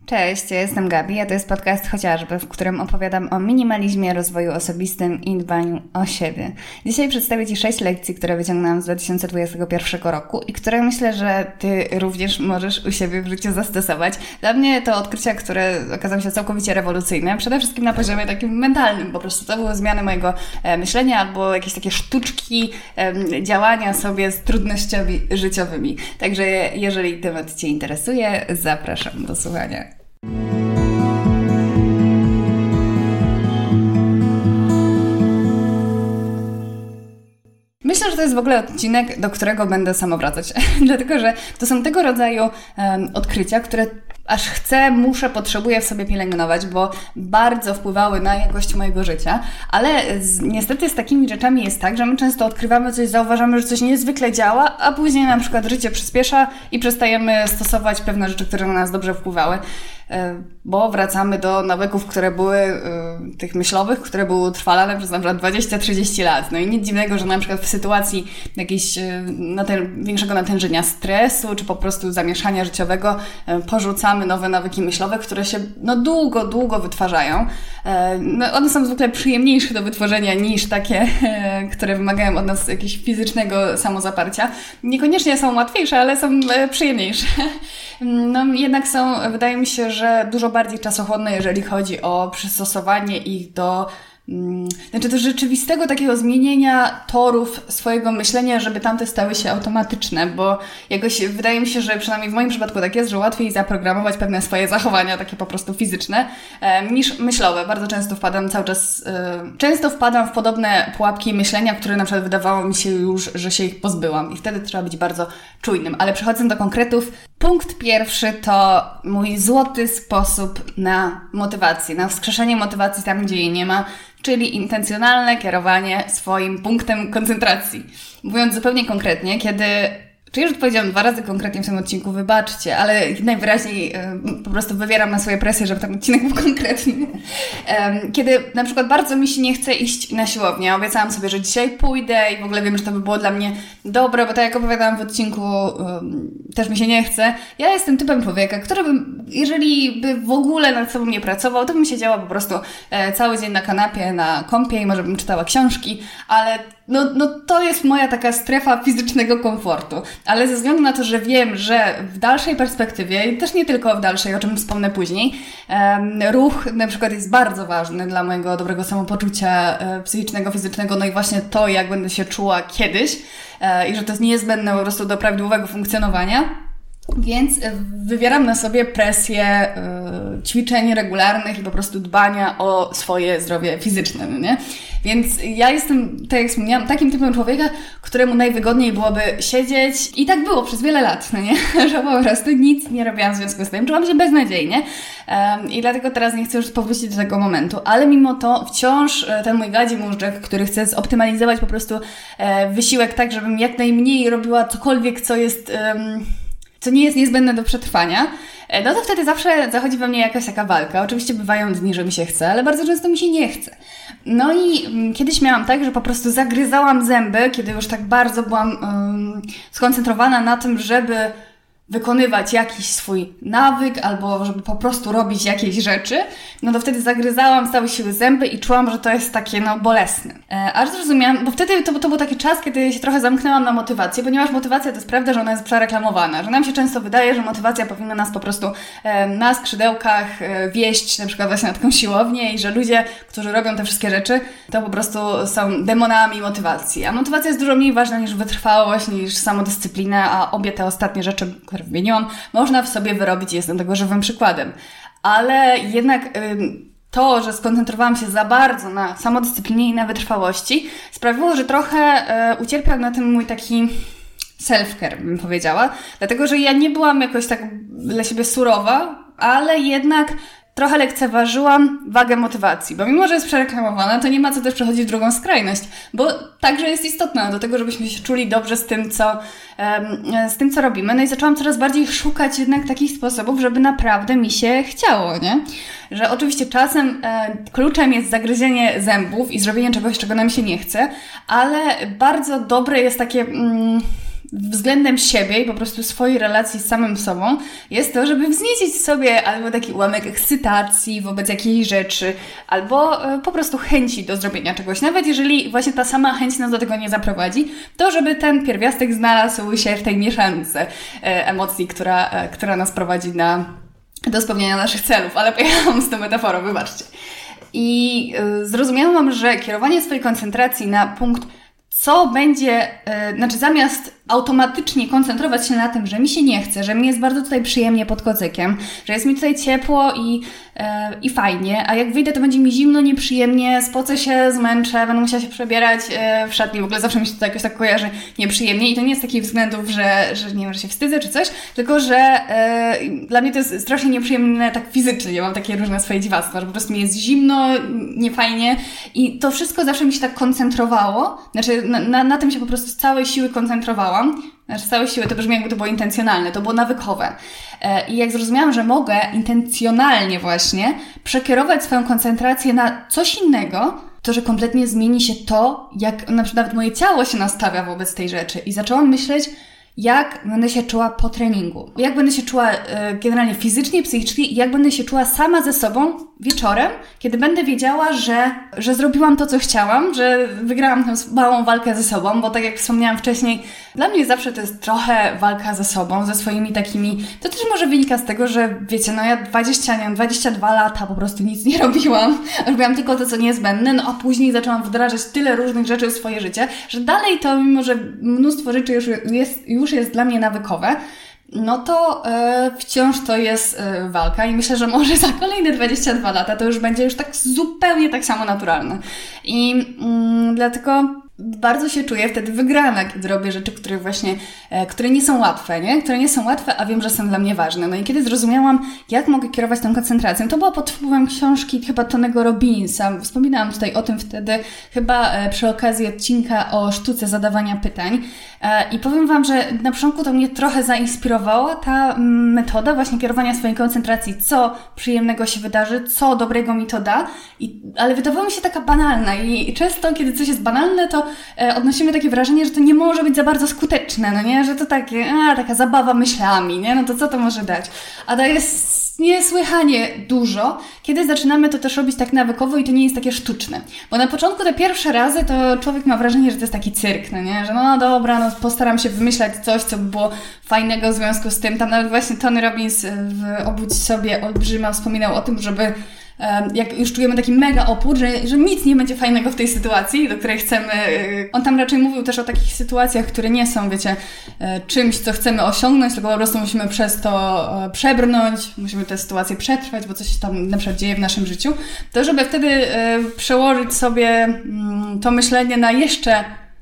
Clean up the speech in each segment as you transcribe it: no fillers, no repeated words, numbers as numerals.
Cześć, ja jestem Gabi, a to jest podcast Chociażby, w którym opowiadam o minimalizmie, rozwoju osobistym i dbaniu o siebie. Dzisiaj przedstawię Ci 6 lekcji, które wyciągnęłam z 2021 roku i które myślę, że Ty również możesz u siebie w życiu zastosować. Dla mnie to odkrycia, które okazały się całkowicie rewolucyjne, przede wszystkim na poziomie takim mentalnym. Po prostu to były zmiany mojego myślenia albo jakieś takie sztuczki działania sobie z trudnościami życiowymi. Także jeżeli temat Cię interesuje, zapraszam do słuchania. Myślę, że to jest w ogóle odcinek, do którego będę sama wracać, dlatego że to są tego rodzaju odkrycia, które aż muszę, potrzebuję w sobie pielęgnować, bo bardzo wpływały na jakość mojego życia, ale niestety z takimi rzeczami jest tak, że my często odkrywamy coś, zauważamy, że coś niezwykle działa, a później na przykład życie przyspiesza i przestajemy stosować pewne rzeczy, które na nas dobrze wpływały, bo wracamy do nawyków, które były tych myślowych, które były utrwalane przez na przykład 20-30 lat. No i nic dziwnego, że na przykład w sytuacji jakiejś większego natężenia stresu, czy po prostu zamieszania życiowego porzucamy nowe nawyki myślowe, które się długo wytwarzają. One są zwykle przyjemniejsze do wytworzenia niż takie, które wymagają od nas jakiegoś fizycznego samozaparcia. Niekoniecznie są łatwiejsze, ale są przyjemniejsze. Jednak są, wydaje mi się, że dużo bardziej czasochłonne, jeżeli chodzi o przystosowanie ich do rzeczywistego takiego zmienienia torów swojego myślenia, żeby tamte stały się automatyczne, bo jakoś wydaje mi się, że przynajmniej w moim przypadku tak jest, że łatwiej zaprogramować pewne swoje zachowania, takie po prostu fizyczne, niż myślowe. Bardzo często wpadam w podobne pułapki myślenia, które na przykład wydawało mi się już, że się ich pozbyłam i wtedy trzeba być bardzo czujnym. Ale przechodząc do konkretów, punkt pierwszy to mój złoty sposób na motywację, na wskrzeszenie motywacji tam, gdzie jej nie ma, czyli intencjonalne kierowanie swoim punktem koncentracji. Mówiąc zupełnie konkretnie, czy już odpowiedziałam 2 razy konkretnie w tym odcinku, wybaczcie, ale najwyraźniej po prostu wywieram na swoje presję, żeby ten odcinek był konkretny. Kiedy na przykład bardzo mi się nie chce iść na siłownię, obiecałam sobie, że dzisiaj pójdę i w ogóle wiem, że to by było dla mnie dobre, bo tak jak opowiadałam w odcinku, też mi się nie chce. Ja jestem typem człowieka, który jeżeli by w ogóle nad sobą nie pracował, to bym siedziała po prostu cały dzień na kanapie, na kąpie i może bym czytała książki, ale to jest moja taka strefa fizycznego komfortu. Ale ze względu na to, że wiem, że w dalszej perspektywie i też nie tylko w dalszej, o czym wspomnę później, ruch na przykład jest bardzo ważny dla mojego dobrego samopoczucia psychicznego, fizycznego, no i właśnie to, jak będę się czuła kiedyś i że to jest niezbędne po prostu do prawidłowego funkcjonowania. Więc wywieram na sobie presję ćwiczeń regularnych i po prostu dbania o swoje zdrowie fizyczne, nie? Więc ja jestem, tak jak wspomniałam, takim typem człowieka, któremu najwygodniej byłoby siedzieć i tak było przez wiele lat, no nie? Że po prostu nic nie robiłam w związku z tym, czułam się beznadziejnie i dlatego teraz nie chcę już powrócić do tego momentu, ale mimo to wciąż ten mój gadzi móżdżek, który chce zoptymalizować po prostu wysiłek tak, żebym jak najmniej robiła cokolwiek, co nie jest niezbędne do przetrwania, no to wtedy zawsze zachodzi we mnie jakaś taka walka. Oczywiście bywają dni, że mi się chce, ale bardzo często mi się nie chce. No i kiedyś miałam tak, że po prostu zagryzałam zęby, kiedy już tak bardzo byłam skoncentrowana na tym, żeby wykonywać jakiś swój nawyk albo żeby po prostu robić jakieś rzeczy, no to wtedy zagryzałam z całej siły zęby i czułam, że to jest takie bolesne. Aż zrozumiałam, bo wtedy to był taki czas, kiedy się trochę zamknęłam na motywację, ponieważ motywacja to jest prawda, że ona jest przereklamowana, że nam się często wydaje, że motywacja powinna nas po prostu na skrzydełkach wieść na przykład właśnie na taką siłownię i że ludzie, którzy robią te wszystkie rzeczy, to po prostu są demonami motywacji. A motywacja jest dużo mniej ważna niż wytrwałość, niż samodyscyplina, a obie te ostatnie rzeczy, które wymieniłam, można w sobie wyrobić i jestem tego żywym przykładem. Ale jednak to, że skoncentrowałam się za bardzo na samodyscyplinie i na wytrwałości, sprawiło, że trochę ucierpiał na tym mój taki self-care, bym powiedziała. Dlatego, że ja nie byłam jakoś tak dla siebie surowa, ale jednak trochę lekceważyłam wagę motywacji, bo mimo, że jest przereklamowana, to nie ma co też przechodzić w drugą skrajność, bo także jest istotna do tego, żebyśmy się czuli dobrze z tym, co robimy. No i zaczęłam coraz bardziej szukać jednak takich sposobów, żeby naprawdę mi się chciało, nie? Że oczywiście czasem kluczem jest zagryzienie zębów i zrobienie czegoś, czego nam się nie chce, ale bardzo dobre jest takie względem siebie i po prostu swojej relacji z samym sobą jest to, żeby wzniecić sobie albo taki ułamek ekscytacji wobec jakiejś rzeczy, albo po prostu chęci do zrobienia czegoś. Nawet jeżeli właśnie ta sama chęć nas do tego nie zaprowadzi, to żeby ten pierwiastek znalazł się w tej mieszance emocji, która nas prowadzi do spełniania naszych celów. Ale pojechałam z tą metaforą, wybaczcie. I zrozumiałam, że kierowanie swojej koncentracji na punkt, co będzie, zamiast automatycznie koncentrować się na tym, że mi się nie chce, że mi jest bardzo tutaj przyjemnie pod kocykiem, że jest mi tutaj ciepło i fajnie, a jak wyjdę, to będzie mi zimno, nieprzyjemnie, spocę się, zmęczę, będę musiała się przebierać w szatni. W ogóle zawsze mi się to jakoś tak kojarzy nieprzyjemnie i to nie jest z takich względów, że nie wiem, że się wstydzę czy coś, tylko że dla mnie to jest strasznie nieprzyjemne tak fizycznie. Ja mam takie różne swoje dziwactwa, że po prostu mi jest zimno, niefajnie i to wszystko zawsze mi się tak koncentrowało, na tym się po prostu z całej siły koncentrowałam. Z całej siły to brzmi, jakby to było intencjonalne, to było nawykowe. I jak zrozumiałam, że mogę intencjonalnie właśnie przekierować swoją koncentrację na coś innego, to że kompletnie zmieni się to, jak na przykład moje ciało się nastawia wobec tej rzeczy. I zaczęłam myśleć, jak będę się czuła po treningu. Jak będę się czuła generalnie fizycznie, psychicznie i jak będę się czuła sama ze sobą wieczorem, kiedy będę wiedziała, że zrobiłam to, co chciałam, że wygrałam tę małą walkę ze sobą, bo tak jak wspomniałam wcześniej, dla mnie zawsze to jest trochę walka ze sobą, ze swoimi takimi... To też może wynika z tego, że wiecie, ja 22 lata po prostu nic nie robiłam. Robiłam tylko to, co niezbędne, a później zaczęłam wdrażać tyle różnych rzeczy w swoje życie, że dalej to, mimo że mnóstwo rzeczy już jest dla mnie nawykowe, no to wciąż to jest walka i myślę, że może za kolejne 22 lata to już będzie już tak zupełnie tak samo naturalne. I dlatego bardzo się czuję wtedy wygrana, kiedy robię rzeczy, które nie są łatwe, nie? Które nie są łatwe, a wiem, że są dla mnie ważne. No i kiedy zrozumiałam, jak mogę kierować tą koncentracją, to było pod wpływem książki chyba Tonego Robbinsa. Wspominałam tutaj o tym wtedy, chyba przy okazji odcinka o sztuce zadawania pytań. I powiem Wam, że na początku to mnie trochę zainspirowała ta metoda właśnie kierowania swojej koncentracji, co przyjemnego się wydarzy, co dobrego mi to da, ale wydawała mi się taka banalna i często, kiedy coś jest banalne, to odnosimy takie wrażenie, że to nie może być za bardzo skuteczne, no nie? Że to taka zabawa myślami, nie? No to co to może dać? A to jest niesłychanie dużo, kiedy zaczynamy to też robić tak nawykowo i to nie jest takie sztuczne. Bo na początku te pierwsze razy to człowiek ma wrażenie, że to jest taki cyrk, no nie? Że no dobra, postaram się wymyślać coś, co by było fajnego w związku z tym. Tam nawet właśnie Tony Robbins w Obudź sobie olbrzyma wspominał o tym, żeby jak już czujemy taki mega opór, że nic nie będzie fajnego w tej sytuacji, do której chcemy... On tam raczej mówił też o takich sytuacjach, które nie są, wiecie, czymś, co chcemy osiągnąć, tylko po prostu musimy przez to przebrnąć, musimy tę sytuację przetrwać, bo coś się tam na przykład dzieje w naszym życiu, to żeby wtedy przełożyć sobie to myślenie na jeszcze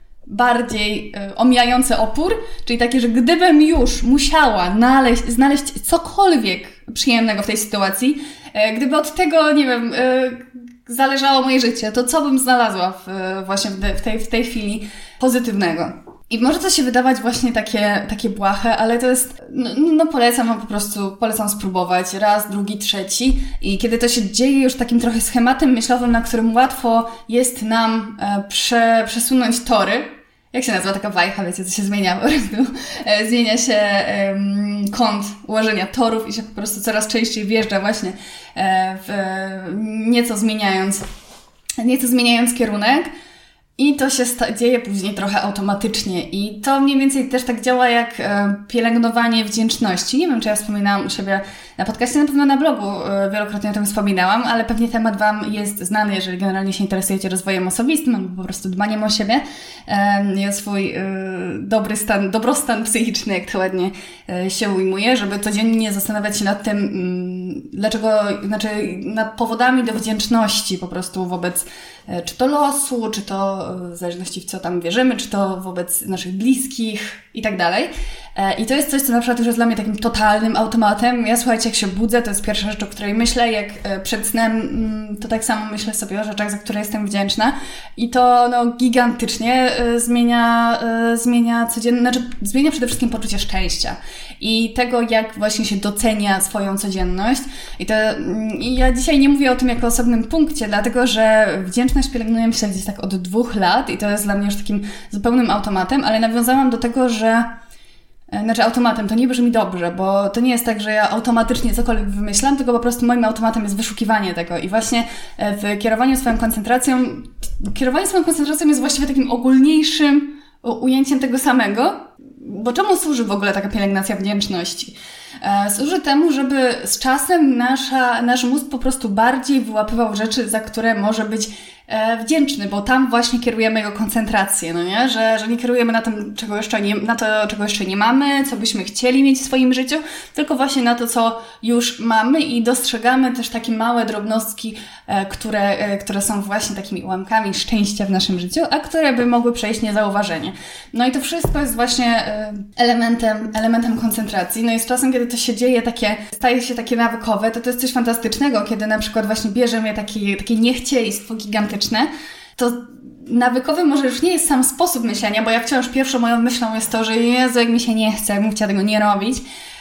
bardziej omijające opór, czyli takie, że gdybym już musiała znaleźć cokolwiek przyjemnego w tej sytuacji, gdyby od tego, nie wiem, zależało moje życie, to co bym znalazła właśnie w tej chwili pozytywnego. I może to się wydawać właśnie takie błahe, ale to jest, polecam wam po prostu, polecam spróbować raz, drugi, trzeci i kiedy to się dzieje już takim trochę schematem myślowym, na którym łatwo jest nam przesunąć tory. Jak się nazywa taka wajcha, wiecie, co się zmienia po prostu? Zmienia się kąt ułożenia torów i się po prostu coraz częściej wjeżdża właśnie nieco zmieniając kierunek. I to się dzieje później trochę automatycznie i to mniej więcej też tak działa jak pielęgnowanie wdzięczności. Nie wiem, czy ja wspominałam u siebie na podcaście, na pewno na blogu wielokrotnie o tym wspominałam, ale pewnie temat Wam jest znany, jeżeli generalnie się interesujecie rozwojem osobistym albo po prostu dbaniem o siebie i o swój dobrostan psychiczny, jak to ładnie się ujmuje, żeby codziennie zastanawiać się nad tym, nad powodami do wdzięczności po prostu wobec czy to losu, czy to w zależności w co tam wierzymy, czy to wobec naszych bliskich i tak dalej. I to jest coś, co na przykład już jest dla mnie takim totalnym automatem. Ja słuchajcie, jak się budzę, to jest pierwsza rzecz, o której myślę, jak przed snem, to tak samo myślę sobie o rzeczach, za które jestem wdzięczna. I to gigantycznie zmienia codziennie, zmienia przede wszystkim poczucie szczęścia i tego, jak właśnie się docenia swoją codzienność. I ja dzisiaj nie mówię o tym jako osobnym punkcie, dlatego, że wdzięczność pielęgnuję myślę gdzieś tak od 2 lat i to jest dla mnie już takim zupełnym automatem, ale nawiązałam do tego, że Znaczy automatem, to nie brzmi dobrze, bo to nie jest tak, że ja automatycznie cokolwiek wymyślam, tylko po prostu moim automatem jest wyszukiwanie tego i właśnie w kierowaniu swoją koncentracją jest właściwie takim ogólniejszym ujęciem tego samego, bo czemu służy w ogóle taka pielęgnacja wdzięczności? Służy temu, żeby z czasem nasz mózg po prostu bardziej wyłapywał rzeczy, za które może być wdzięczny, bo tam właśnie kierujemy jego koncentrację, no nie? Że nie kierujemy na to, czego jeszcze nie mamy, co byśmy chcieli mieć w swoim życiu, tylko właśnie na to, co już mamy i dostrzegamy też takie małe drobnostki, które są właśnie takimi ułamkami szczęścia w naszym życiu, a które by mogły przejść niezauważenie. No i to wszystko jest właśnie elementem koncentracji. No i z czasem, kiedy to się dzieje, staje się takie nawykowe, to jest coś fantastycznego, kiedy na przykład właśnie bierze mnie takie niechciejstwo gigantyczne, to nawykowy może już nie jest sam sposób myślenia, bo ja wciąż pierwszą moją myślą jest to, że Jezu, jak mi się nie chce, bym chciała tego nie robić.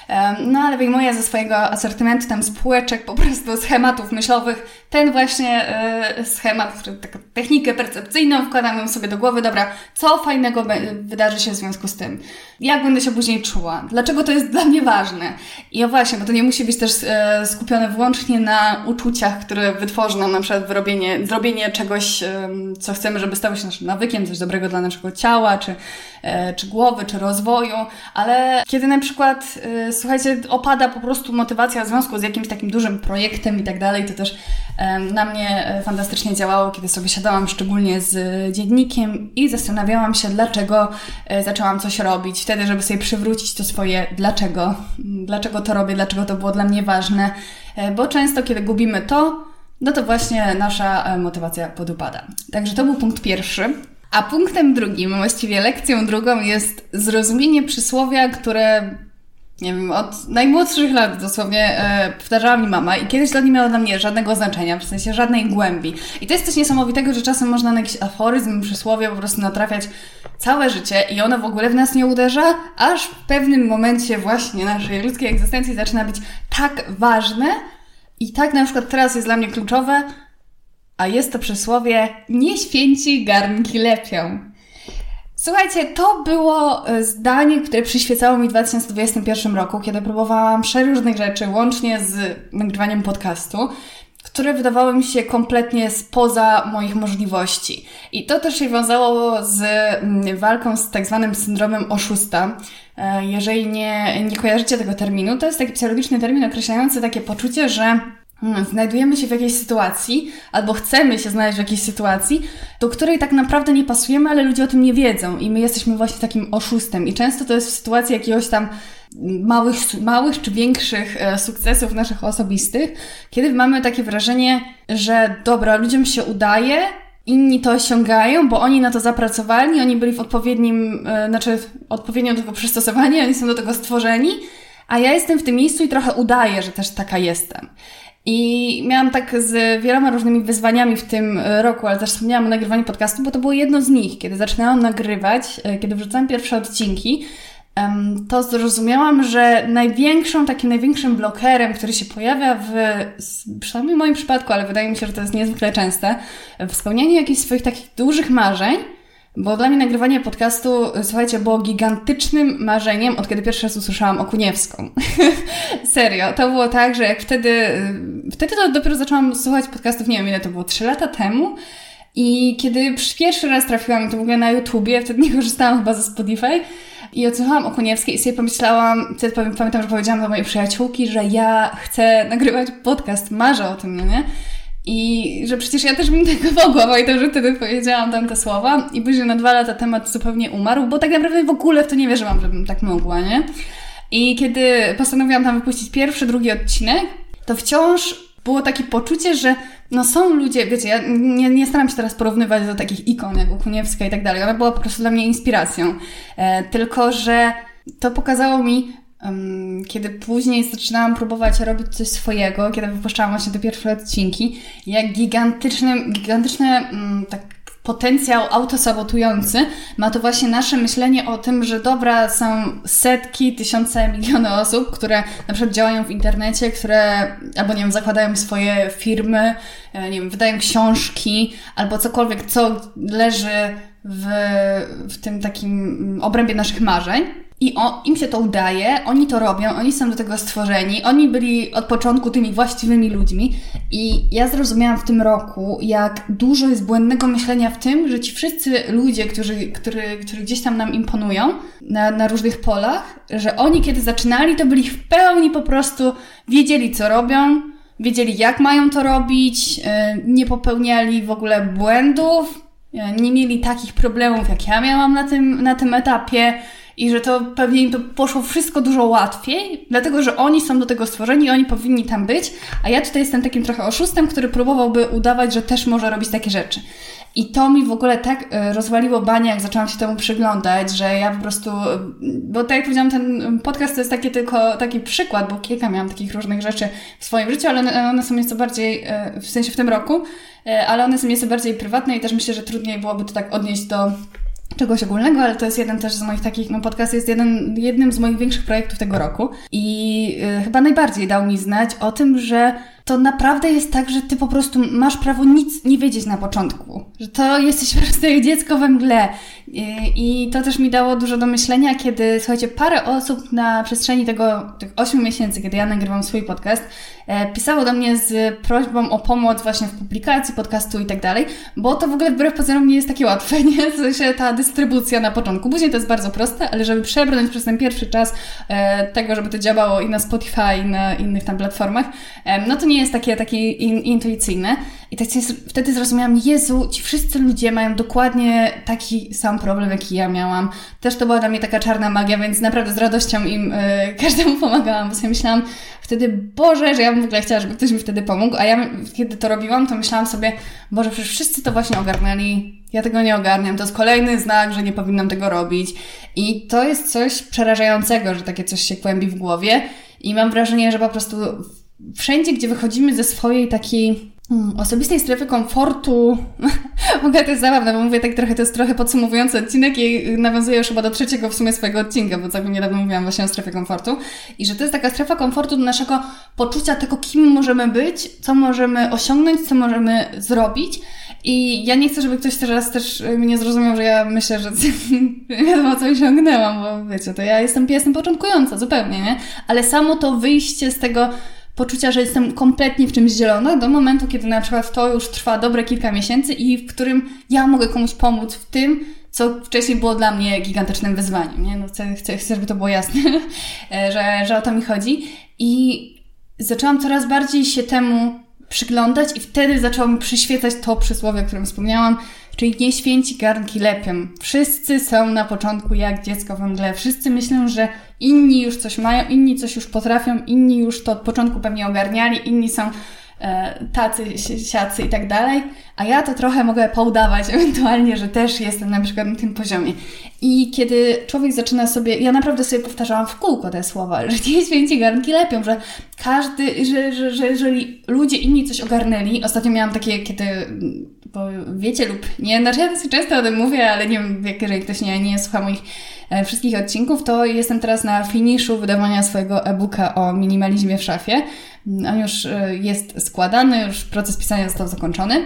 No ale wyjmuję ze swojego asortymentu tam z półeczek po prostu schematów myślowych ten właśnie schemat, taką technikę percepcyjną, wkładam ją sobie do głowy, dobra, co fajnego wydarzy się w związku z tym? Jak będę się później czuła? Dlaczego to jest dla mnie ważne? I właśnie, bo to nie musi być też skupione wyłącznie na uczuciach, które wytworzy nam na przykład zrobienie czegoś, co chcemy, żeby stało się naszym nawykiem, coś dobrego dla naszego ciała, czy głowy, czy rozwoju, ale kiedy na przykład, słuchajcie, opada po prostu motywacja w związku z jakimś takim dużym projektem i tak dalej, to też na mnie fantastycznie działało, kiedy sobie siadałam szczególnie z dziennikiem i zastanawiałam się, dlaczego zaczęłam coś robić. Wtedy, żeby sobie przywrócić to swoje dlaczego to robię, dlaczego to było dla mnie ważne, bo często, kiedy gubimy to, no to właśnie nasza motywacja podupada. Także to był punkt pierwszy. A punktem drugim, właściwie lekcją drugą jest zrozumienie przysłowia, które, nie wiem, od najmłodszych lat dosłownie powtarzała mi mama i kiedyś to nie miało dla mnie żadnego znaczenia, w sensie żadnej głębi. I to jest coś niesamowitego, że czasem można na jakiś aforyzm, przysłowie po prostu natrafiać całe życie i ono w ogóle w nas nie uderza, aż w pewnym momencie właśnie naszej ludzkiej egzystencji zaczyna być tak ważne i tak na przykład teraz jest dla mnie kluczowe, a jest to przysłowie: nie święci garnki lepią. Słuchajcie, to było zdanie, które przyświecało mi w 2021 roku, kiedy próbowałam przeróżnych rzeczy, łącznie z nagrywaniem podcastu, które wydawały mi się kompletnie spoza moich możliwości. I to też się wiązało z walką z tak zwanym syndromem oszusta. Jeżeli nie kojarzycie tego terminu, to jest taki psychologiczny termin określający takie poczucie, że znajdujemy się w jakiejś sytuacji, albo chcemy się znaleźć w jakiejś sytuacji, do której tak naprawdę nie pasujemy, ale ludzie o tym nie wiedzą i my jesteśmy właśnie takim oszustem. I często to jest w sytuacji jakiegoś tam małych czy większych sukcesów naszych osobistych, kiedy mamy takie wrażenie, że dobra, ludziom się udaje, inni to osiągają, bo oni na to zapracowali, oni byli w odpowiednio do tego przystosowani, oni są do tego stworzeni, a ja jestem w tym miejscu i trochę udaję, że też taka jestem. I miałam tak z wieloma różnymi wyzwaniami w tym roku, ale też wspomniałam o nagrywaniu podcastu, bo to było jedno z nich. Kiedy zaczynałam nagrywać, kiedy wrzucałam pierwsze odcinki, to zrozumiałam, że największym blokerem, który się pojawia przynajmniej w moim przypadku, ale wydaje mi się, że to jest niezwykle częste, w spełnianiu jakichś swoich takich dużych marzeń, bo dla mnie nagrywanie podcastu, słuchajcie, było gigantycznym marzeniem, od kiedy pierwszy raz usłyszałam Okuniewską. Serio, to było tak, że jak wtedy to dopiero zaczęłam słuchać podcastów, nie wiem ile to było, 3 lata temu. I kiedy pierwszy raz trafiłam to w ogóle na YouTubie, wtedy nie korzystałam chyba ze Spotify i odsłuchałam Okuniewskiej i sobie pomyślałam, wtedy pamiętam, że powiedziałam do mojej przyjaciółki, że ja chcę nagrywać podcast, marzę o tym, no nie? I że przecież ja też bym tego mogła, bo i to, że wtedy powiedziałam tam te słowa i później na 2 lata temat zupełnie umarł, bo tak naprawdę w ogóle w to nie wierzyłam, żebym tak mogła, nie? I kiedy postanowiłam tam wypuścić pierwszy, drugi odcinek, to wciąż było takie poczucie, że no są ludzie, wiecie, ja nie staram się teraz porównywać do takich ikon jak Okuniewska i tak dalej, ona była po prostu dla mnie inspiracją, tylko że to pokazało mi, kiedy później zaczynałam próbować robić coś swojego, kiedy wypuszczałam właśnie te pierwsze odcinki, jak gigantyczny tak potencjał autosabotujący ma to właśnie nasze myślenie o tym, że dobra, są setki, tysiące, miliony osób, które na przykład działają w internecie, które albo, nie wiem, zakładają swoje firmy, nie wiem, wydają książki, albo cokolwiek, co leży w tym takim obrębie naszych marzeń. i im się to udaje, oni to robią, oni są do tego stworzeni, oni byli od początku tymi właściwymi ludźmi i ja zrozumiałam w tym roku, jak dużo jest błędnego myślenia w tym, że ci wszyscy ludzie, którzy gdzieś tam nam imponują na różnych polach, że oni kiedy zaczynali, to byli w pełni po prostu wiedzieli, co robią, wiedzieli, jak mają to robić, nie popełniali w ogóle błędów, nie mieli takich problemów, jak ja miałam na tym etapie i że to pewnie im to poszło wszystko dużo łatwiej, dlatego, że oni są do tego stworzeni i oni powinni tam być, a ja tutaj jestem takim trochę oszustem, który próbowałby udawać, że też może robić takie rzeczy. I to mi w ogóle tak rozwaliło banie, jak zaczęłam się temu przyglądać, że ja po prostu, bo tak jak powiedziałam, ten podcast to jest tylko taki przykład, bo kilka miałam takich różnych rzeczy w swoim życiu, ale one są nieco bardziej, w sensie w tym roku, ale one są nieco bardziej prywatne i też myślę, że trudniej byłoby to tak odnieść do czegoś ogólnego, ale to jest jeden też z moich takich, podcast jest jednym z moich większych projektów tego roku i chyba najbardziej dał mi znać o tym, że to naprawdę jest tak, że ty po prostu masz prawo nic nie wiedzieć na początku. Że to jesteś po prostu jak dziecko we mgle. I to też mi dało dużo do myślenia, kiedy, słuchajcie, parę osób na przestrzeni tych 8 miesięcy, kiedy ja nagrywam swój podcast, pisało do mnie z prośbą o pomoc właśnie w publikacji podcastu i tak dalej, bo to w ogóle wbrew pozorom nie jest takie łatwe, nie? W sensie ta dystrybucja na początku. Później to jest bardzo proste, ale żeby przebrnąć przez ten pierwszy czas tego, żeby to działało i na Spotify, i na innych tam platformach, no to nie jest takie intuicyjne. I tak wtedy zrozumiałam, Jezu, ci wszyscy ludzie mają dokładnie taki sam problem, jaki ja miałam. Też to była dla mnie taka czarna magia, więc naprawdę z radością im każdemu pomagałam, bo sobie myślałam wtedy, Boże, że ja bym w ogóle chciała, żeby ktoś mi wtedy pomógł, a ja kiedy to robiłam, to myślałam sobie, Boże, przecież wszyscy to właśnie ogarnęli, ja tego nie ogarniam, to jest kolejny znak, że nie powinnam tego robić. I to jest coś przerażającego, że takie coś się kłębi w głowie i mam wrażenie, że po prostu wszędzie, gdzie wychodzimy ze swojej takiej osobistej strefy komfortu, mogę to jest zabawne, bo mówię tak trochę, to jest trochę podsumowujący odcinek i nawiązuję już chyba do 3 w sumie swojego odcinka, bo całkiem niedawno mówiłam właśnie o strefie komfortu i że to jest taka strefa komfortu do naszego poczucia tego, kim możemy być, co możemy osiągnąć, co możemy zrobić. I ja nie chcę, żeby ktoś teraz też mnie zrozumiał, że ja myślę, że nie wiadomo, co osiągnęłam, bo wiecie, to ja jestem początkująca zupełnie, nie? Ale samo to wyjście z tego poczucia, że jestem kompletnie w czymś zielona, do momentu, kiedy na przykład to już trwa dobre kilka miesięcy i w którym ja mogę komuś pomóc w tym, co wcześniej było dla mnie gigantycznym wyzwaniem, nie? No chcę, żeby to było jasne, że o to mi chodzi. I zaczęłam coraz bardziej się temu przyglądać i wtedy zaczęło mi przyświecać to przysłowie, o którym wspomniałam, czyli nie święci garnki lepią. Wszyscy są na początku jak dziecko we mgle. Wszyscy myślą, że inni już coś mają, inni coś już potrafią, inni już to od początku pewnie ogarniali, inni są tacy, siacy i tak dalej, a ja to trochę mogę poudawać ewentualnie, że też jestem na przykład na tym poziomie. I kiedy człowiek zaczyna sobie, ja naprawdę sobie powtarzałam w kółko te słowa, że nie święci garnki lepią, że każdy, że jeżeli ludzie inni coś ogarnęli, ostatnio miałam takie, kiedy, bo wiecie lub nie, znaczy ja dosyć często o tym mówię, ale nie wiem, jeżeli ktoś nie słucha moich wszystkich odcinków, to jestem teraz na finiszu wydawania swojego e-booka o minimalizmie w szafie. On już jest składany, już proces pisania został zakończony,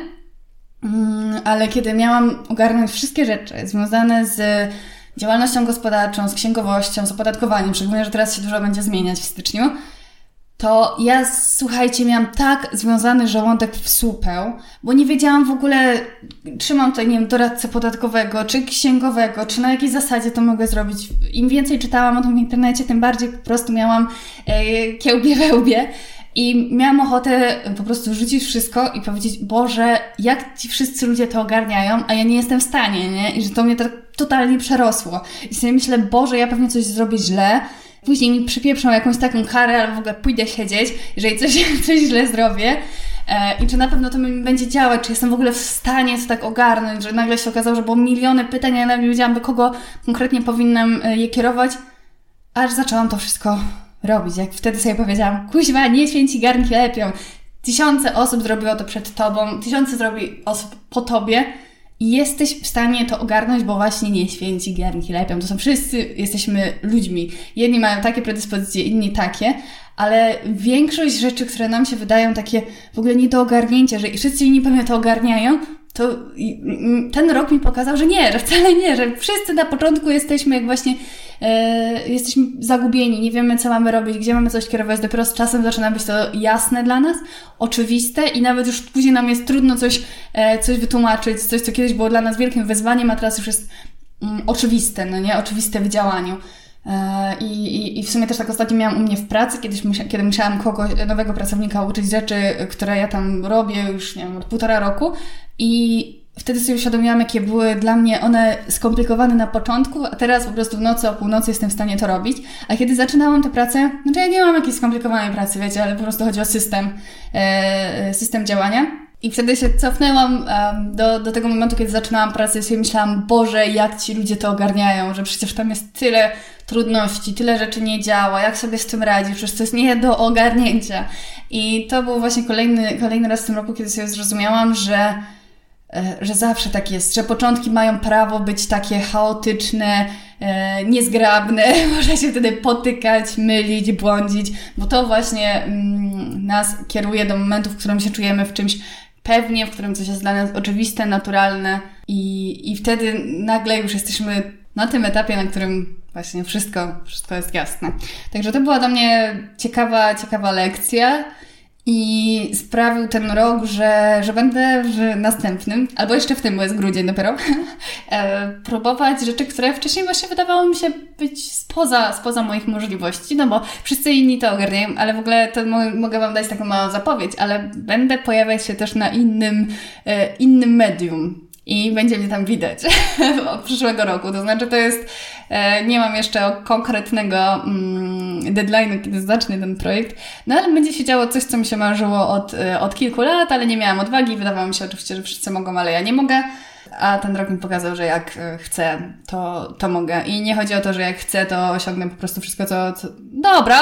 ale kiedy miałam ogarnąć wszystkie rzeczy związane z działalnością gospodarczą, z księgowością, z opodatkowaniem, szczególnie, że teraz się dużo będzie zmieniać w styczniu, to ja, słuchajcie, miałam tak związany żołądek w supeł, bo nie wiedziałam w ogóle, czy mam tutaj, nie wiem, doradcę podatkowego, czy księgowego, czy na jakiej zasadzie to mogę zrobić. Im więcej czytałam o tym w internecie, tym bardziej po prostu miałam kiełbie we łbie i miałam ochotę po prostu rzucić wszystko i powiedzieć, Boże, jak ci wszyscy ludzie to ogarniają, a ja nie jestem w stanie, nie? I że to mnie tak totalnie przerosło. I sobie myślę, Boże, ja pewnie coś zrobię źle, później mi przypieprzą jakąś taką karę, albo w ogóle pójdę siedzieć, jeżeli coś źle zrobię. I czy na pewno to mi będzie działać, czy jestem w ogóle w stanie to tak ogarnąć, że nagle się okazało, że było miliony pytań, ja nawet nie wiedziałam, do kogo konkretnie powinnam je kierować, aż zaczęłam to wszystko robić. Jak wtedy sobie powiedziałam, kuźwa, nie święci garnki lepią. 1000 osób zrobiło to przed tobą, 1000 zrobi osób po tobie i jesteś w stanie to ogarnąć, bo właśnie nie święci garnki lepią. To są wszyscy, jesteśmy ludźmi. Jedni mają takie predyspozycje, inni takie, ale większość rzeczy, które nam się wydają takie w ogóle nie do ogarnięcia, że i wszyscy inni pewnie to ogarniają, ten rok mi pokazał, że nie, że wcale nie, że wszyscy na początku jesteśmy jak właśnie jesteśmy zagubieni, nie wiemy co mamy robić, gdzie mamy coś kierować, dopiero z czasem zaczyna być to jasne dla nas, oczywiste i nawet już później nam jest trudno coś wytłumaczyć, coś co kiedyś było dla nas wielkim wyzwaniem, a teraz już jest oczywiste, no nie? Oczywiste w działaniu. I w sumie też tak ostatnio miałam u mnie w pracy, kiedy musiałam nowego pracownika uczyć rzeczy, które ja tam robię już, nie wiem, od 1,5 roku i wtedy sobie uświadomiłam, jakie były dla mnie one skomplikowane na początku, a teraz po prostu w nocy o północy jestem w stanie to robić. A kiedy zaczynałam tę pracę, znaczy ja nie mam jakiejś skomplikowanej pracy, wiecie, ale po prostu chodzi o system działania. I wtedy się cofnęłam do tego momentu, kiedy zaczynałam pracę i sobie myślałam, Boże, jak ci ludzie to ogarniają, że przecież tam jest tyle trudności, tyle rzeczy nie działa, jak sobie z tym radzisz, przecież to jest nie do ogarnięcia. I to był właśnie kolejny raz w tym roku, kiedy sobie zrozumiałam, że zawsze tak jest, że początki mają prawo być takie chaotyczne, niezgrabne, można się wtedy potykać, mylić, błądzić, bo to właśnie nas kieruje do momentu, w którym się czujemy w czymś pewnie, w którym coś jest dla nas oczywiste, naturalne i wtedy nagle już jesteśmy na tym etapie, na którym właśnie wszystko jest jasne. Także to była dla mnie ciekawa lekcja. I sprawił ten rok, że będę w następnym, albo jeszcze w tym, bo jest grudzień dopiero, próbować rzeczy, które wcześniej właśnie wydawało mi się być spoza moich możliwości, no bo wszyscy inni to ogarniają, ale w ogóle to mogę Wam dać taką małą zapowiedź, ale będę pojawiać się też na innym medium. I będzie mnie tam widać od przyszłego roku. To znaczy to jest, nie mam jeszcze konkretnego deadline'u, kiedy zacznę ten projekt, no ale będzie się działo coś, co mi się marzyło od kilku lat, ale nie miałam odwagi. Wydawało mi się oczywiście, że wszyscy mogą, ale ja nie mogę. A ten rok mi pokazał, że jak chcę, to mogę. I nie chodzi o to, że jak chcę, to osiągnę po prostu wszystko, co... Dobra,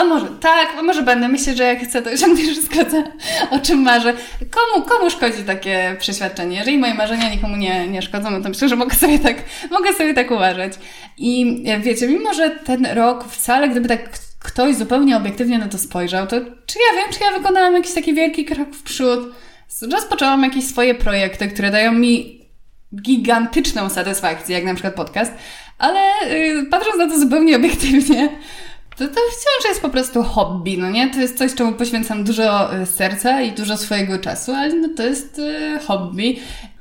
a może będę. Myślę, że jak chcę, to osiągnę wszystko, o czym marzę. Komu szkodzi takie przeświadczenie? Jeżeli moje marzenia nikomu nie szkodzą, no to myślę, że mogę sobie tak uważać. I wiecie, mimo że ten rok wcale, gdyby tak ktoś zupełnie obiektywnie na to spojrzał, to czy ja wykonałam jakiś taki wielki krok w przód? Rozpoczęłam jakieś swoje projekty, które dają mi gigantyczną satysfakcję, jak na przykład podcast, ale patrząc na to zupełnie obiektywnie, to wciąż jest po prostu hobby, no nie? To jest coś, czemu poświęcam dużo serca i dużo swojego czasu, ale no to jest hobby.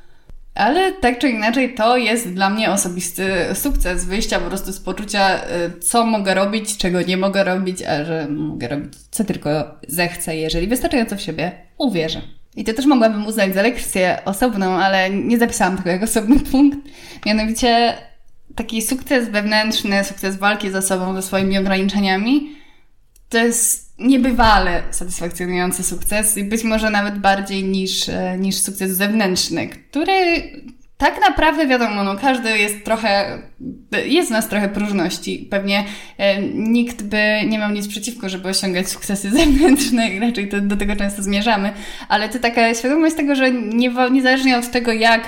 Ale tak czy inaczej to jest dla mnie osobisty sukces, wyjścia po prostu z poczucia, co mogę robić, czego nie mogę robić, a że mogę robić, co tylko zechcę, jeżeli wystarczająco w siebie uwierzę. I to też mogłabym uznać za lekcję osobną, ale nie zapisałam tego jako osobny punkt. Mianowicie taki sukces wewnętrzny, sukces walki ze sobą, ze swoimi ograniczeniami, to jest niebywale satysfakcjonujący sukces i być może nawet bardziej niż sukces zewnętrzny, który tak naprawdę wiadomo, no każdy jest w nas trochę próżności. Pewnie nikt by nie miał nic przeciwko, żeby osiągać sukcesy zewnętrzne, raczej do tego często zmierzamy, ale to taka świadomość tego, że niezależnie od tego, jak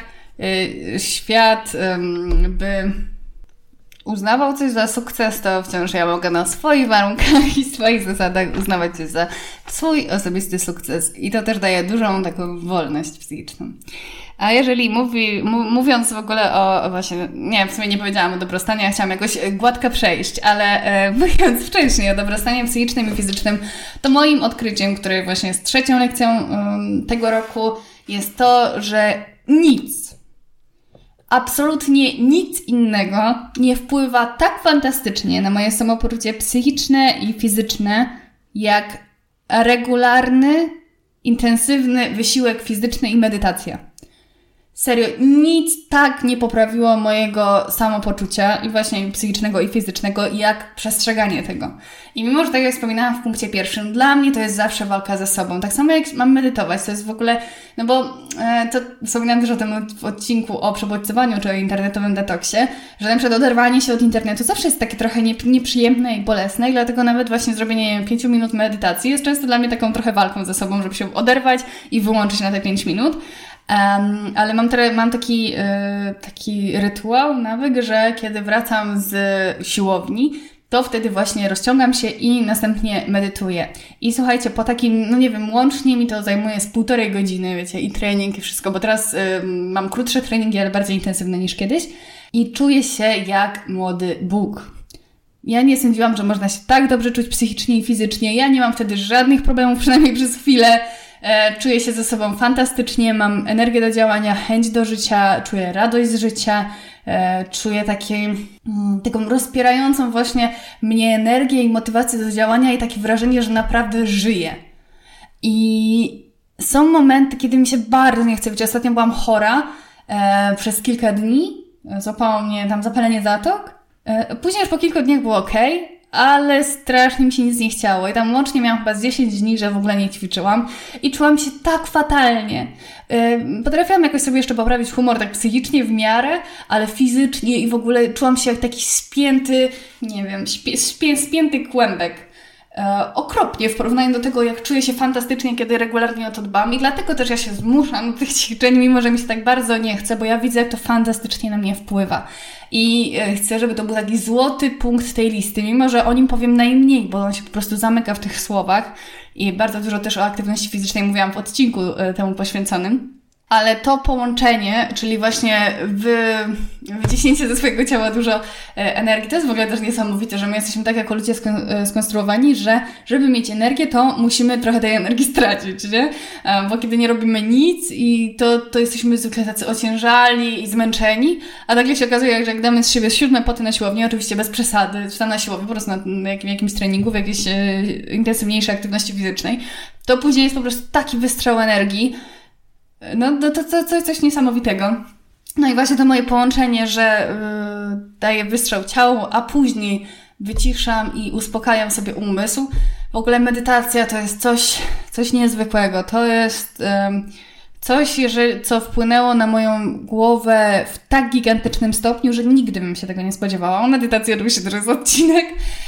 świat by uznawał coś za sukces, to wciąż ja mogę na swoich warunkach i swoich zasadach uznawać coś za swój osobisty sukces. I to też daje dużą taką wolność psychiczną. A jeżeli mówiąc w ogóle o właśnie, nie, w sumie nie powiedziałam o dobrostanie, ja chciałam jakoś gładko przejść, ale mówiąc wcześniej o dobrostanie psychicznym i fizycznym, to moim odkryciem, które właśnie jest 3. lekcją tego roku, jest to, że absolutnie nic innego nie wpływa tak fantastycznie na moje samopoczucie psychiczne i fizyczne, jak regularny, intensywny wysiłek fizyczny i medytacja. Serio, nic tak nie poprawiło mojego samopoczucia i właśnie psychicznego i fizycznego, jak przestrzeganie tego. I mimo, że tak jak wspominałam w punkcie 1, dla mnie to jest zawsze walka ze sobą. Tak samo jak mam medytować, to jest w ogóle, no bo to wspominałam też o tym w odcinku o przebodźcowaniu czy o internetowym detoksie, że na przykład oderwanie się od internetu zawsze jest takie trochę nieprzyjemne i bolesne i dlatego nawet właśnie zrobienie 5 minut medytacji jest często dla mnie taką trochę walką ze sobą, żeby się oderwać i wyłączyć na te 5 minut. Ale mam taki rytuał, nawyk, że kiedy wracam z siłowni, to wtedy właśnie rozciągam się i następnie medytuję. I słuchajcie, po takim, no nie wiem, łącznie mi to zajmuje z 1,5 godziny, wiecie, i trening i wszystko, bo teraz mam krótsze treningi, ale bardziej intensywne niż kiedyś i czuję się jak młody Bóg. Ja nie sądziłam, że można się tak dobrze czuć psychicznie i fizycznie. Ja nie mam wtedy żadnych problemów, przynajmniej przez chwilę. Czuję się ze sobą fantastycznie, mam energię do działania, chęć do życia, czuję radość z życia, czuję taką rozpierającą właśnie mnie energię i motywację do działania i takie wrażenie, że naprawdę żyję. I są momenty, kiedy mi się bardzo nie chce. Wiecie, ostatnio byłam chora przez kilka dni, złapało mnie tam zapalenie zatok. Później już po kilku dniach było okej, ale strasznie mi się nic nie chciało i tam łącznie miałam chyba z 10 dni, że w ogóle nie ćwiczyłam i czułam się tak fatalnie. Potrafiłam jakoś sobie jeszcze poprawić humor tak psychicznie w miarę, ale fizycznie i w ogóle czułam się jak taki spięty, nie wiem, spięty kłębek. Okropnie w porównaniu do tego, jak czuję się fantastycznie, kiedy regularnie o to dbam i dlatego też ja się zmuszam do tych ćwiczeń, mimo że mi się tak bardzo nie chce, bo ja widzę, jak to fantastycznie na mnie wpływa i chcę, żeby to był taki złoty punkt tej listy, mimo że o nim powiem najmniej, bo on się po prostu zamyka w tych słowach i bardzo dużo też o aktywności fizycznej mówiłam w odcinku temu poświęconym. Ale to połączenie, czyli właśnie wyciśnięcie ze swojego ciała dużo energii, to jest w ogóle też niesamowite, że my jesteśmy tak jako ludzie skonstruowani, że żeby mieć energię, to musimy trochę tej energii stracić, nie? Bo kiedy nie robimy nic i to jesteśmy zwykle tacy ociężali i zmęczeni, a nagle się okazuje, że jak damy z siebie 7 poty na siłowni, oczywiście bez przesady, czy tam na siłowni, po prostu na jakimś treningu, w jakiejś intensywniejszej aktywności fizycznej, to później jest po prostu taki wystrzał energii. No to coś niesamowitego. No i właśnie to moje połączenie, że daję wystrzał ciału, a później wyciszam i uspokajam sobie umysł. W ogóle medytacja to jest coś niezwykłego. To jest coś, co wpłynęło na moją głowę w tak gigantycznym stopniu, że nigdy bym się tego nie spodziewała. O medytacji oczywiście też jest odcinek.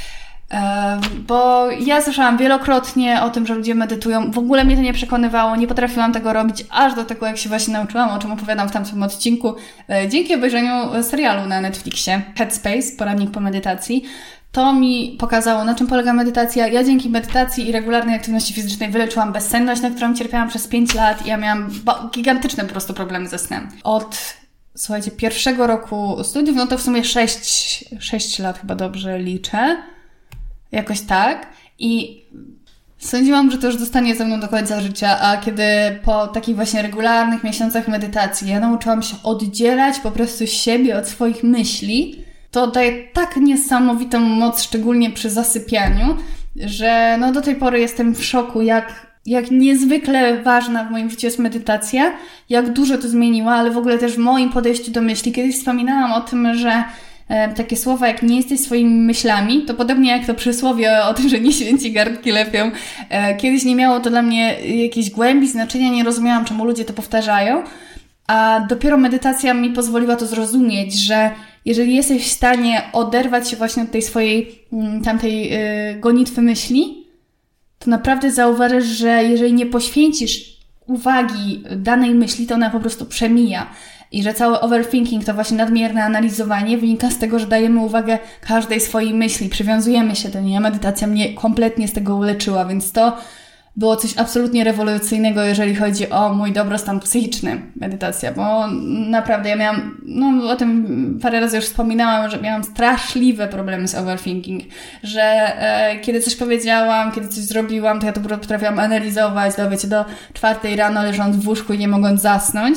Bo ja słyszałam wielokrotnie o tym, że ludzie medytują. W ogóle mnie to nie przekonywało, nie potrafiłam tego robić, aż do tego, jak się właśnie nauczyłam, o czym opowiadam w tamtym odcinku, dzięki obejrzeniu serialu na Netflixie Headspace, poradnik po medytacji. To mi pokazało, na czym polega medytacja. Ja dzięki medytacji i regularnej aktywności fizycznej wyleczyłam bezsenność, na którą cierpiałam przez 5 lat i ja miałam gigantyczne po prostu problemy ze snem. Od, słuchajcie, pierwszego roku studiów, no to w sumie 6 lat chyba dobrze liczę. Jakoś tak. I sądziłam, że to już zostanie ze mną do końca życia, a kiedy po takich właśnie regularnych miesiącach medytacji ja nauczyłam się oddzielać po prostu siebie od swoich myśli, to daje tak niesamowitą moc, szczególnie przy zasypianiu, że no do tej pory jestem w szoku, jak niezwykle ważna w moim życiu jest medytacja, jak dużo to zmieniła, ale w ogóle też w moim podejściu do myśli. Kiedyś wspominałam o tym, że takie słowa jak nie jesteś swoimi myślami, to podobnie jak to przysłowie o tym, że nie święci garnki lepią. Kiedyś nie miało to dla mnie jakiejś głębi, znaczenia, nie rozumiałam, czemu ludzie to powtarzają, a dopiero medytacja mi pozwoliła to zrozumieć, że jeżeli jesteś w stanie oderwać się właśnie od tej swojej tamtej gonitwy myśli, to naprawdę zauważysz, że jeżeli nie poświęcisz uwagi danej myśli, to ona po prostu przemija. I że cały overthinking, to właśnie nadmierne analizowanie wynika z tego, że dajemy uwagę każdej swojej myśli, przywiązujemy się do niej, a medytacja mnie kompletnie z tego uleczyła, więc to było coś absolutnie rewolucyjnego, jeżeli chodzi o mój dobrostan psychiczny, medytacja, bo naprawdę ja miałam, no o tym parę razy już wspominałam, że miałam straszliwe problemy z overthinking, że kiedy coś powiedziałam, kiedy coś zrobiłam, to ja to potrafiłam analizować, do 4 rano leżąc w łóżku i nie mogąc zasnąć.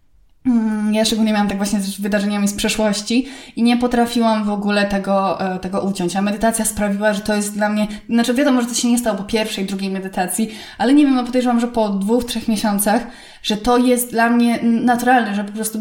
Ja szczególnie miałam tak właśnie z wydarzeniami z przeszłości i nie potrafiłam w ogóle tego uciąć. A medytacja sprawiła, że to jest dla mnie... Znaczy wiadomo, że to się nie stało po pierwszej, drugiej medytacji, ale nie wiem, podejrzewam, że po 2-3 miesiącach, że to jest dla mnie naturalne, że po prostu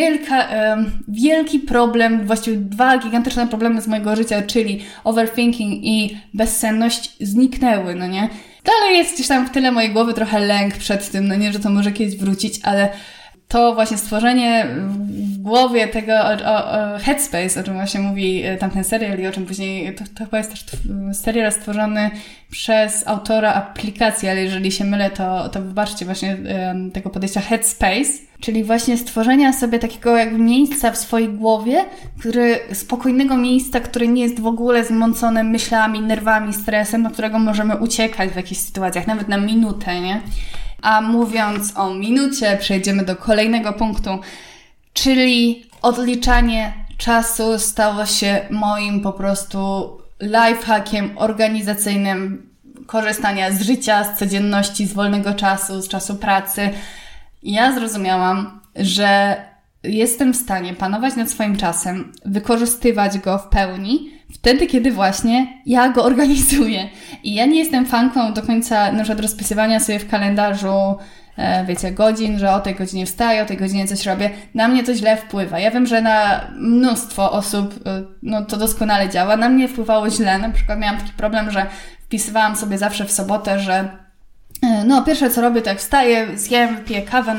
wielki problem, właściwie 2 gigantyczne problemy z mojego życia, czyli overthinking i bezsenność zniknęły, no nie? Dalej jest gdzieś tam w tyle mojej głowy trochę lęk przed tym, no nie, że to może kiedyś wrócić, ale to właśnie stworzenie w głowie tego o Headspace, o czym właśnie mówi tamten serial i o czym później, to chyba jest też serial stworzony przez autora aplikacji, ale jeżeli się mylę, to wybaczcie właśnie tego podejścia Headspace, czyli właśnie stworzenia sobie takiego jakby miejsca w swojej głowie, spokojnego miejsca, które nie jest w ogóle zmącone myślami, nerwami, stresem, do którego możemy uciekać w jakichś sytuacjach, nawet na minutę, nie? A mówiąc o minucie, przejdziemy do kolejnego punktu, czyli odliczanie czasu stało się moim po prostu lifehackiem organizacyjnym korzystania z życia, z codzienności, z wolnego czasu, z czasu pracy. Ja zrozumiałam, że jestem w stanie panować nad swoim czasem, wykorzystywać go w pełni wtedy, kiedy właśnie ja go organizuję. I ja nie jestem fanką do końca na przykład rozpisywania sobie w kalendarzu wiecie, godzin, że o tej godzinie wstaję, o tej godzinie coś robię. Na mnie to źle wpływa. Ja wiem, że na mnóstwo osób to doskonale działa. Na mnie wpływało źle. Na przykład miałam taki problem, że wpisywałam sobie zawsze w sobotę, że pierwsze co robię, to jak wstaję, zjem, wypiję kawę,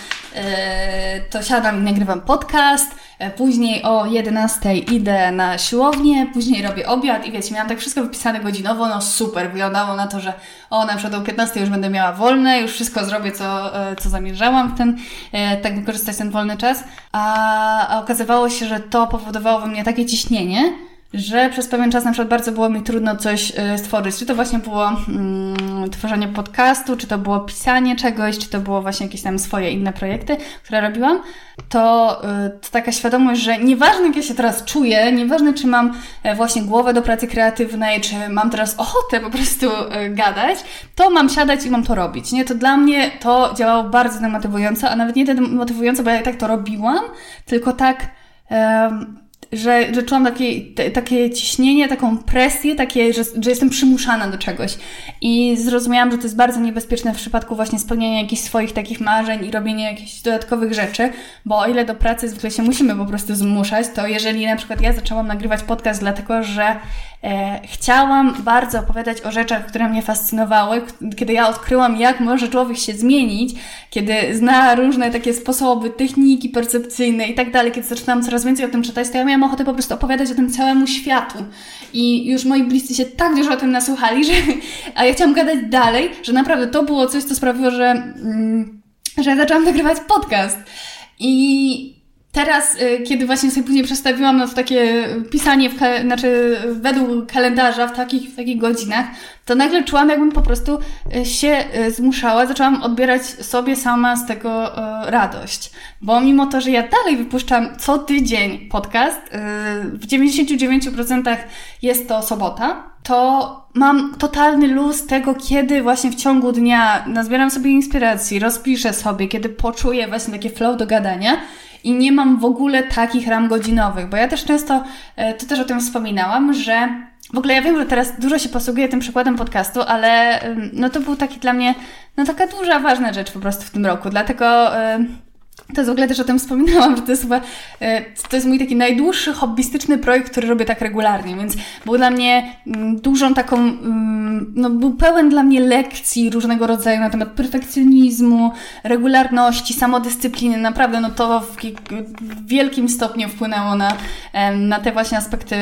to siadam i nagrywam podcast, później o 11 idę na siłownię, później robię obiad i wiecie, miałam tak wszystko wypisane godzinowo, super, wyglądało na to, że na przykład o 15 już będę miała wolne, już wszystko zrobię, co zamierzałam tak wykorzystać ten wolny czas, a okazywało się, że to powodowało we mnie takie ciśnienie, że przez pewien czas na przykład bardzo było mi trudno coś stworzyć. Czy to właśnie było tworzenie podcastu, czy to było pisanie czegoś, czy to było właśnie jakieś tam swoje inne projekty, które robiłam, to taka świadomość, że nieważne jak ja się teraz czuję, nieważne czy mam właśnie głowę do pracy kreatywnej, czy mam teraz ochotę po prostu gadać, to mam siadać i mam to robić. Nie? To dla mnie to działało bardzo demotywująco, a nawet nie demotywująco, bo ja i tak to robiłam, tylko tak... Że czułam takie ciśnienie, taką presję, że jestem przymuszana do czegoś. I zrozumiałam, że to jest bardzo niebezpieczne w przypadku właśnie spełniania jakichś swoich takich marzeń i robienia jakichś dodatkowych rzeczy, bo o ile do pracy zwykle się musimy po prostu zmuszać, to jeżeli na przykład ja zaczęłam nagrywać podcast dlatego, że chciałam bardzo opowiadać o rzeczach, które mnie fascynowały, kiedy ja odkryłam, jak może człowiek się zmienić, kiedy zna różne takie sposoby, techniki percepcyjne i tak dalej, kiedy zaczynałam coraz więcej o tym czytać, to ja miałam ochotę po prostu opowiadać o tym całemu światu. I już moi bliscy się tak dużo o tym nasłuchali, a ja chciałam gadać dalej, że naprawdę to było coś, co sprawiło, że ja zaczęłam nagrywać podcast. I teraz, kiedy właśnie sobie później przestawiłam na to takie pisanie, według kalendarza w takich godzinach, to nagle czułam, jakbym po prostu się zmuszała, zaczęłam odbierać sobie sama z tego radość. Bo mimo to, że ja dalej wypuszczam co tydzień podcast, w 99% jest to sobota, to mam totalny luz tego, kiedy właśnie w ciągu dnia nazbieram sobie inspiracji, rozpiszę sobie, kiedy poczuję właśnie takie flow do gadania, i nie mam w ogóle takich ram godzinowych, bo ja też często, to też o tym wspominałam, że w ogóle ja wiem, że teraz dużo się posługuję tym przykładem podcastu, ale to był taki dla mnie, taka duża, ważna rzecz po prostu w tym roku, dlatego to jest w ogóle też o tym wspominałam, że to jest chyba, to jest mój taki najdłuższy hobbystyczny projekt, który robię tak regularnie, więc był dla mnie dużą taką, był pełen dla mnie lekcji różnego rodzaju na temat perfekcjonizmu, regularności, samodyscypliny, naprawdę to w wielkim stopniu wpłynęło na te właśnie aspekty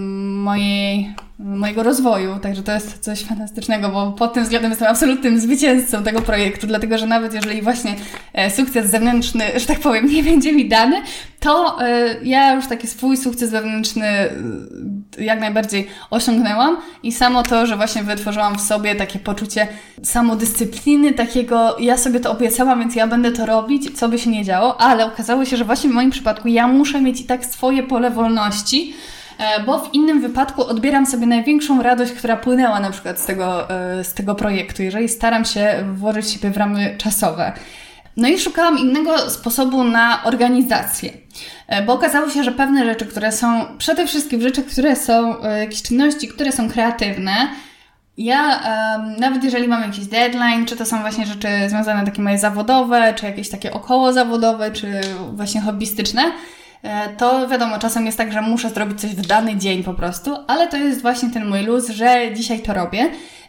mojego rozwoju, także to jest coś fantastycznego, bo pod tym względem jestem absolutnym zwycięzcą tego projektu, dlatego, że nawet jeżeli właśnie sukces zewnętrzny, że tak powiem, nie będzie mi dany, to ja już taki swój sukces wewnętrzny jak najbardziej osiągnęłam i samo to, że właśnie wytworzyłam w sobie takie poczucie samodyscypliny, takiego ja sobie to obiecałam, więc ja będę to robić, co by się nie działo, ale okazało się, że właśnie w moim przypadku ja muszę mieć i tak swoje pole wolności, bo w innym wypadku odbieram sobie największą radość, która płynęła na przykład z tego projektu, jeżeli staram się włożyć siebie w ramy czasowe. No i szukałam innego sposobu na organizację, bo okazało się, że pewne rzeczy, które są, przede wszystkim rzeczy, które są, jakieś czynności, które są kreatywne, ja nawet jeżeli mam jakiś deadline, czy to są właśnie rzeczy związane takie moje zawodowe, czy jakieś takie około zawodowe, czy właśnie hobbystyczne, to wiadomo, czasem jest tak, że muszę zrobić coś w dany dzień po prostu, ale to jest właśnie ten mój luz, że dzisiaj to robię.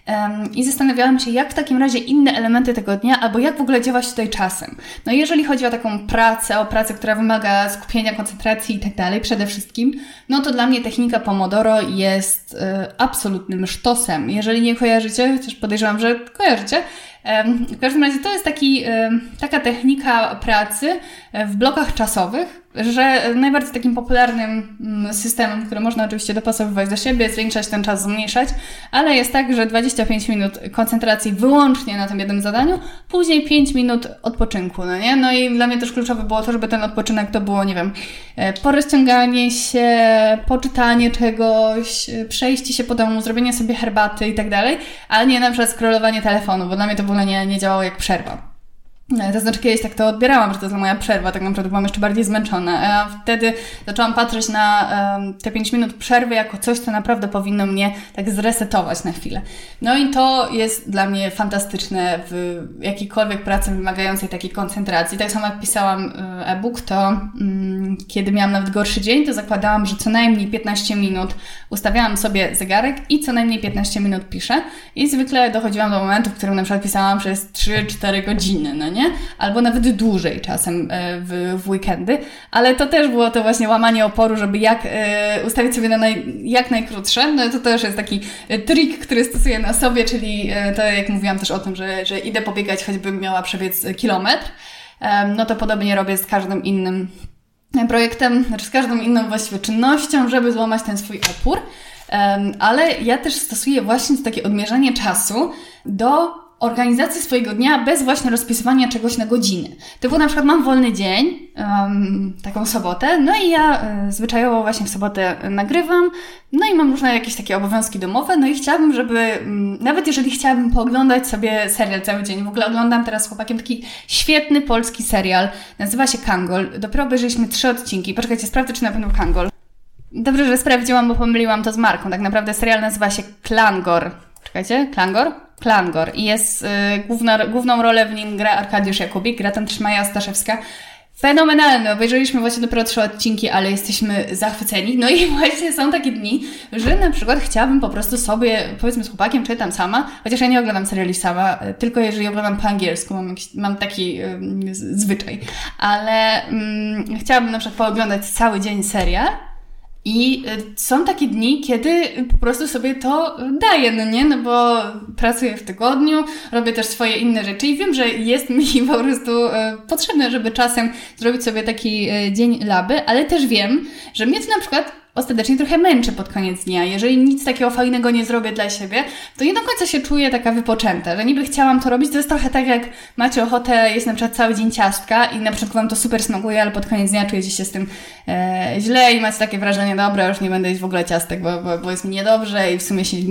i zastanawiałam się, jak w takim razie inne elementy tego dnia, albo jak w ogóle działać tutaj czasem. No jeżeli chodzi o taką pracę, która wymaga skupienia, koncentracji i tak dalej, przede wszystkim, no to dla mnie technika Pomodoro jest absolutnym sztosem. Jeżeli nie kojarzycie, chociaż podejrzewam, że kojarzycie, w każdym razie to jest taka technika pracy w blokach czasowych, że najbardziej takim popularnym systemem, który można oczywiście dopasowywać do siebie, zwiększać ten czas, zmniejszać, ale jest tak, że 25 minut koncentracji wyłącznie na tym jednym zadaniu, później 5 minut odpoczynku, no nie? No i dla mnie też kluczowe było to, żeby ten odpoczynek to było, nie wiem, porozciąganie się, poczytanie czegoś, przejście się po domu, zrobienie sobie herbaty i tak dalej, a nie na przykład scrollowanie telefonu, bo dla mnie to w ogóle nie działało jak przerwa. To znaczy kiedyś tak to odbierałam, że to jest moja przerwa, tak naprawdę byłam jeszcze bardziej zmęczona, a wtedy zaczęłam patrzeć na te 5 minut przerwy jako coś, co naprawdę powinno mnie tak zresetować na chwilę. No i to jest dla mnie fantastyczne w jakiejkolwiek pracy wymagającej takiej koncentracji. Tak samo jak pisałam e-book, to kiedy miałam nawet gorszy dzień, to zakładałam, że co najmniej 15 minut ustawiałam sobie zegarek i co najmniej 15 minut piszę i zwykle dochodziłam do momentu, w którym na przykład pisałam przez 3-4 godziny, no nie? Albo nawet dłużej czasem w weekendy, ale to też było to właśnie łamanie oporu, żeby ustawić sobie na jak najkrótsze. No to też jest taki trik, który stosuję na sobie, czyli to jak mówiłam też o tym, że idę pobiegać, choćbym miała przebiec kilometr, no to podobnie robię z każdym innym projektem, znaczy z każdą inną właściwie czynnością, żeby złamać ten swój opór, ale ja też stosuję właśnie takie odmierzanie czasu do organizacji swojego dnia bez właśnie rozpisywania czegoś na godziny. Typu na przykład mam wolny dzień, taką sobotę, no i ja zwyczajowo właśnie w sobotę nagrywam, no i mam różne jakieś takie obowiązki domowe, no i chciałabym, żeby, nawet jeżeli chciałabym pooglądać sobie serial cały dzień, w ogóle oglądam teraz z chłopakiem taki świetny polski serial, nazywa się Kangol, dopiero obejrzeliśmy 3 odcinki, poczekajcie, sprawdzę, czy na pewno Kangol. Dobrze, że sprawdziłam, bo pomyliłam to z marką, tak naprawdę serial nazywa się Klangor. Czekajcie, Klangor. I jest główną rolę w nim gra Arkadiusz Jakubik, gra tam też Maja Staszewska. Fenomenalny, obejrzeliśmy właśnie dopiero 3 odcinki, ale jesteśmy zachwyceni. No i właśnie są takie dni, że na przykład chciałabym po prostu sobie, powiedzmy z chłopakiem, czy tam sama, chociaż ja nie oglądam seriali sama, tylko jeżeli oglądam po angielsku, mam taki zwyczaj. Ale chciałabym na przykład pooglądać cały dzień serial. I są takie dni, kiedy po prostu sobie to daję, no nie? No bo pracuję w tygodniu, robię też swoje inne rzeczy i wiem, że jest mi po prostu potrzebne, żeby czasem zrobić sobie taki dzień laby, ale też wiem, że mnie to na przykład ostatecznie trochę męczy pod koniec dnia. Jeżeli nic takiego fajnego nie zrobię dla siebie, to nie do końca się czuję taka wypoczęta, że niby chciałam to robić. To jest trochę tak, jak macie ochotę jeść na przykład cały dzień ciastka i na przykład wam to super smakuje, ale pod koniec dnia czujecie się z tym źle i macie takie wrażenie, dobra, już nie będę jeść w ogóle ciastek, bo jest mi niedobrze i w sumie się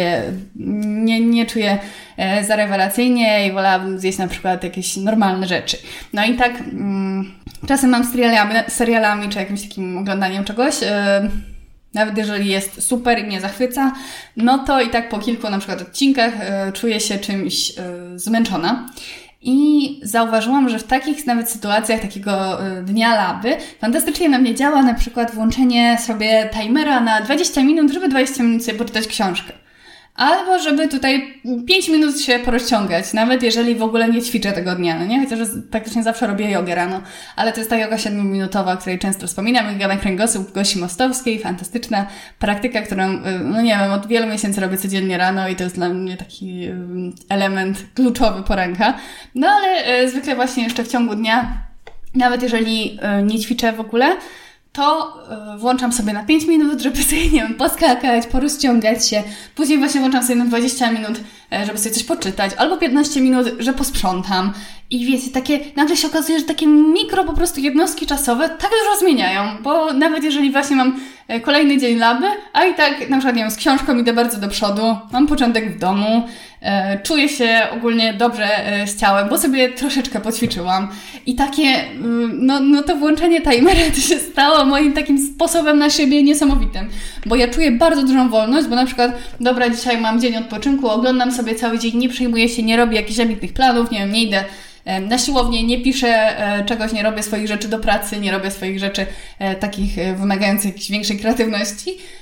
nie czuję za rewelacyjnie i wolałabym zjeść na przykład jakieś normalne rzeczy. No i tak czasem mam z serialami czy jakimś takim oglądaniem czegoś, nawet jeżeli jest super i mnie zachwyca, no to i tak po kilku na przykład odcinkach czuję się czymś zmęczona. I zauważyłam, że w takich nawet sytuacjach takiego dnia laby fantastycznie na mnie działa na przykład włączenie sobie timera na 20 minut, żeby 20 minut sobie poczytać książkę. Albo żeby tutaj 5 minut się porozciągać, nawet jeżeli w ogóle nie ćwiczę tego dnia, no nie? Chociaż praktycznie zawsze robię jogę rano, ale to jest ta joga 7-minutowa, o której często wspominam, joga na kręgosłup Gosi Mostowskiej, fantastyczna praktyka, którą, no nie wiem, od wielu miesięcy robię codziennie rano i to jest dla mnie taki element kluczowy poranka. No ale zwykle właśnie jeszcze w ciągu dnia, nawet jeżeli nie ćwiczę w ogóle, to włączam sobie na 5 minut, żeby sobie, nie wiem, poskakać, porozciągać się. Później właśnie włączam sobie na 20 minut, żeby sobie coś poczytać. Albo 15 minut, że posprzątam. I wiecie, nagle się okazuje, że takie mikro po prostu jednostki czasowe tak dużo zmieniają. Bo nawet jeżeli właśnie mam kolejny dzień laby, a i tak na przykład, nie wiem, z książką idę bardzo do przodu, mam początek w domu, czuję się ogólnie dobrze z ciałem, bo sobie troszeczkę poćwiczyłam. I takie, no to włączenie timera to się stało moim takim sposobem na siebie niesamowitym. Bo ja czuję bardzo dużą wolność, bo na przykład, dobra, dzisiaj mam dzień odpoczynku, oglądam sobie cały dzień, nie przejmuję się, nie robię jakichś ambitnych planów, nie wiem, nie idę na siłownię, nie piszę czegoś, nie robię swoich rzeczy do pracy, nie robię swoich rzeczy takich wymagających jakiejś większej kreatywności.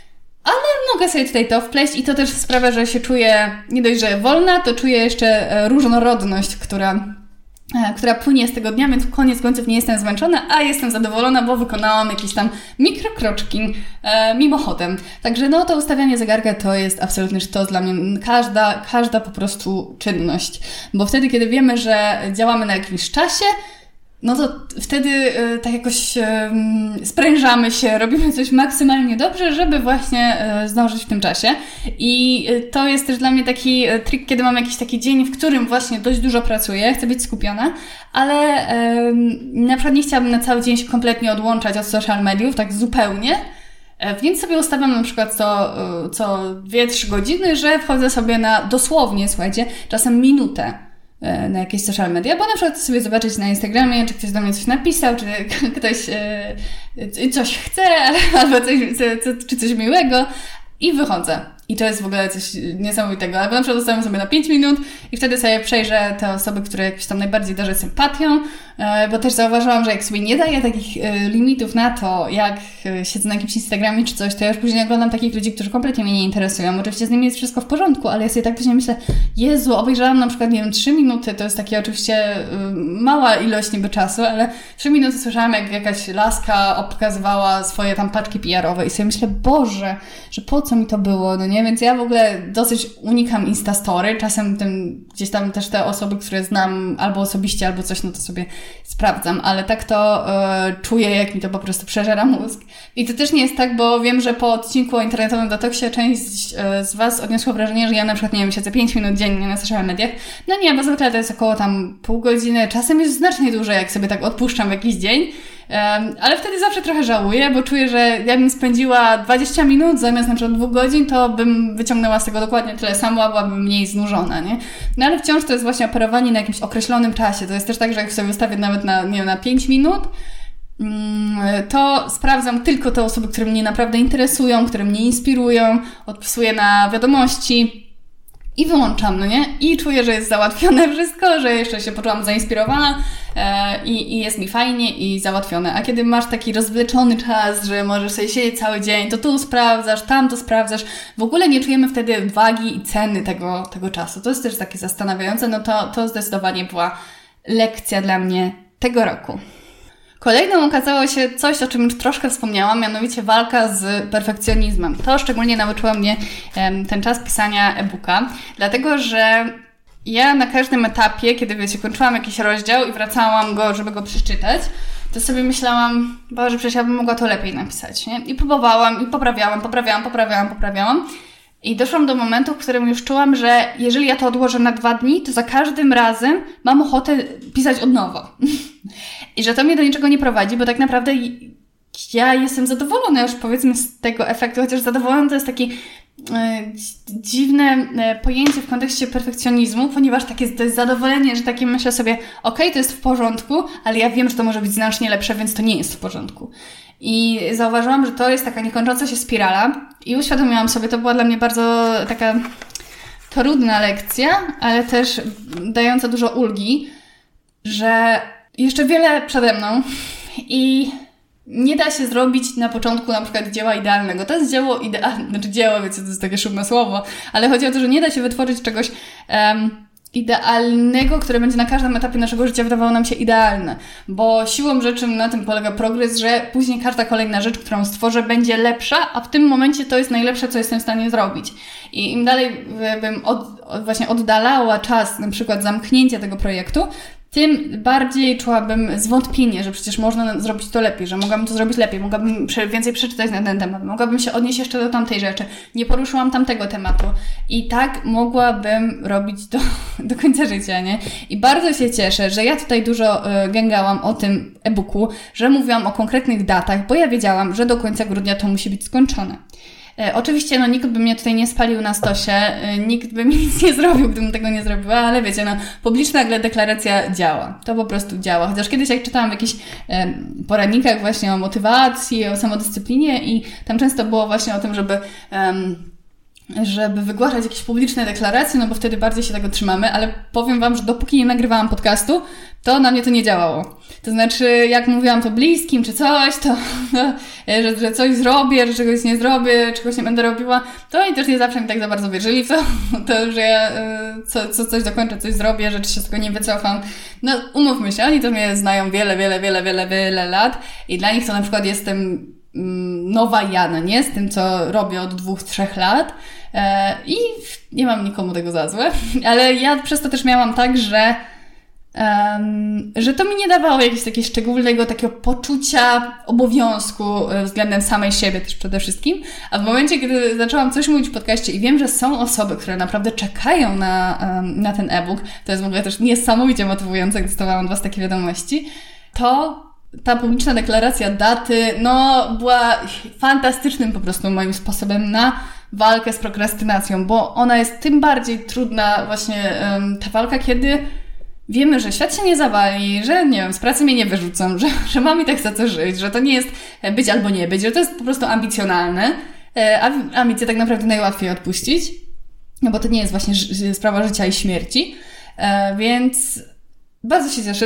ale mogę sobie tutaj to wpleść i to też sprawia, że się czuję nie dość, że wolna, to czuję jeszcze różnorodność, która płynie z tego dnia, więc koniec końców nie jestem zmęczona, a jestem zadowolona, bo wykonałam jakieś tam mikrokroczki mimochodem. Także no to ustawianie zegarka to jest absolutny sztos dla mnie. Każda po prostu czynność. Bo wtedy, kiedy wiemy, że działamy na jakimś czasie, no to wtedy tak jakoś sprężamy się, robimy coś maksymalnie dobrze, żeby właśnie zdążyć w tym czasie. I to jest też dla mnie taki trik, kiedy mam jakiś taki dzień, w którym właśnie dość dużo pracuję, chcę być skupiona, ale na przykład nie chciałabym na cały dzień się kompletnie odłączać od social mediów, tak zupełnie. Więc sobie ustawiam na przykład co 2-3 godziny, że wchodzę sobie na dosłownie, słuchajcie, czasem minutę na jakieś social media, bo na przykład sobie zobaczyć na Instagramie, czy ktoś do mnie coś napisał, czy ktoś coś chce, albo czy coś miłego i wychodzę. I to jest w ogóle coś niesamowitego. Albo na przykład zostawiam sobie na 5 minut i wtedy sobie przejrzę te osoby, które jakoś tam najbardziej darzę sympatią, bo też zauważyłam, że jak sobie nie daję takich limitów na to, jak siedzę na jakimś Instagramie czy coś, to ja już później oglądam takich ludzi, którzy kompletnie mnie nie interesują. Oczywiście z nimi jest wszystko w porządku, ale ja sobie tak później myślę, Jezu, obejrzałam na przykład, nie wiem, 3 minuty, to jest takie oczywiście mała ilość niby czasu, ale 3 minuty słyszałam, jak jakaś laska pokazywała swoje tam paczki PR-owe i sobie myślę, Boże, że po co mi to było, no nie? Więc ja w ogóle dosyć unikam Instastory. Czasem gdzieś tam też te osoby, które znam albo osobiście, albo coś, no to sobie sprawdzam, ale tak to czuję, jak mi to po prostu przeżera mózg. I to też nie jest tak, bo wiem, że po odcinku o internetowym detoksie część z Was odniosła wrażenie, że ja na przykład, nie wiem, siedzę 5 minut dziennie na social mediach. No nie, bo zwykle to jest około tam pół godziny, czasem jest znacznie dłużej, jak sobie tak odpuszczam w jakiś dzień. Ale wtedy zawsze trochę żałuję, bo czuję, że jakbym spędziła 20 minut zamiast na przykład 2 godzin, to bym wyciągnęła z tego dokładnie tyle samo, a byłabym mniej znużona, nie? No ale wciąż to jest właśnie operowanie na jakimś określonym czasie. To jest też tak, że jak sobie ustawię nawet na 5 minut, to sprawdzam tylko te osoby, które mnie naprawdę interesują, które mnie inspirują, odpisuję na wiadomości i wyłączam, no nie? I czuję, że jest załatwione wszystko, że jeszcze się poczułam zainspirowana i jest mi fajnie i załatwione. A kiedy masz taki rozwleczony czas, że możesz sobie siedzieć cały dzień, to tu sprawdzasz, tam to sprawdzasz, w ogóle nie czujemy wtedy wagi i ceny tego czasu. To jest też takie zastanawiające, no to zdecydowanie była lekcja dla mnie tego roku. Kolejną okazało się coś, o czym już troszkę wspomniałam, mianowicie walka z perfekcjonizmem. To szczególnie nauczyło mnie ten czas pisania e-booka, dlatego że ja na każdym etapie, kiedy wiecie, kończyłam jakiś rozdział i wracałam go, żeby go przeczytać, to sobie myślałam, Boże, przecież ja bym mogła to lepiej napisać, nie? I próbowałam, i poprawiałam. I doszłam do momentu, w którym już czułam, że jeżeli ja to odłożę na 2 dni, to za każdym razem mam ochotę pisać od nowa. I że to mnie do niczego nie prowadzi, bo tak naprawdę ja jestem zadowolona już powiedzmy z tego efektu, chociaż zadowolona to jest takie dziwne pojęcie w kontekście perfekcjonizmu, ponieważ to jest zadowolenie, że takie myślę sobie, okej, to jest w porządku, ale ja wiem, że to może być znacznie lepsze, więc to nie jest w porządku. I zauważyłam, że to jest taka niekończąca się spirala i uświadomiłam sobie, to była dla mnie bardzo taka trudna lekcja, ale też dająca dużo ulgi, że jeszcze wiele przede mną i nie da się zrobić na początku na przykład dzieła idealnego. To jest dzieło idealne, znaczy dzieło, wiecie, to jest takie szumne słowo, ale chodzi o to, że nie da się wytworzyć czegoś idealnego, które będzie na każdym etapie naszego życia wydawało nam się idealne. Bo siłą rzeczy na tym polega progres, że później każda kolejna rzecz, którą stworzę, będzie lepsza, a w tym momencie to jest najlepsze, co jestem w stanie zrobić. I im dalej bym właśnie oddalała czas, na przykład zamknięcia tego projektu, tym bardziej czułabym zwątpienie, że przecież można zrobić to lepiej, że mogłabym to zrobić lepiej, mogłabym więcej przeczytać na ten temat, mogłabym się odnieść jeszcze do tamtej rzeczy, nie poruszyłam tamtego tematu i tak mogłabym robić do końca życia, nie? I bardzo się cieszę, że ja tutaj dużo gęgałam o tym e-booku, że mówiłam o konkretnych datach, bo ja wiedziałam, że do końca grudnia to musi być skończone. Oczywiście, nikt by mnie tutaj nie spalił na stosie, nikt by mi nic nie zrobił, gdybym tego nie zrobiła, ale wiecie, publiczna deklaracja działa. To po prostu działa. Chociaż kiedyś jak czytałam w jakichś poradnikach właśnie o motywacji, o samodyscyplinie i tam często było właśnie o tym, żeby wygłaszać jakieś publiczne deklaracje, bo wtedy bardziej się tego trzymamy, ale powiem Wam, że dopóki nie nagrywałam podcastu, to na mnie to nie działało. To znaczy, jak mówiłam to bliskim czy coś, to że coś zrobię, że czegoś nie zrobię, czegoś nie będę robiła, to oni też nie zawsze mi tak za bardzo wierzyli w to, że ja coś dokończę, coś zrobię, że się z tego nie wycofam. No, umówmy się, oni to mnie znają wiele lat i dla nich to na przykład jestem nowa ja, no nie? Z tym, co robię od 2-3 lat i nie mam nikomu tego za złe, ale ja przez to też miałam tak, że to mi nie dawało jakiegoś takiego szczególnego takiego poczucia obowiązku względem samej siebie też przede wszystkim, a w momencie, kiedy zaczęłam coś mówić w podcaście i wiem, że są osoby, które naprawdę czekają na ten e-book, to jest w ogóle też niesamowicie motywujące, gdy dostawałam od Was takie wiadomości, to ta publiczna deklaracja daty, no, była fantastycznym po prostu moim sposobem na walkę z prokrastynacją, bo ona jest tym bardziej trudna właśnie ta walka, kiedy wiemy, że świat się nie zawali, że nie wiem, z pracy mnie nie wyrzucą, że mam i tak za co żyć, że to nie jest być albo nie być, że to jest po prostu ambicjonalne, a ambicje tak naprawdę najłatwiej odpuścić, no bo to nie jest właśnie sprawa życia i śmierci, więc bardzo się cieszę,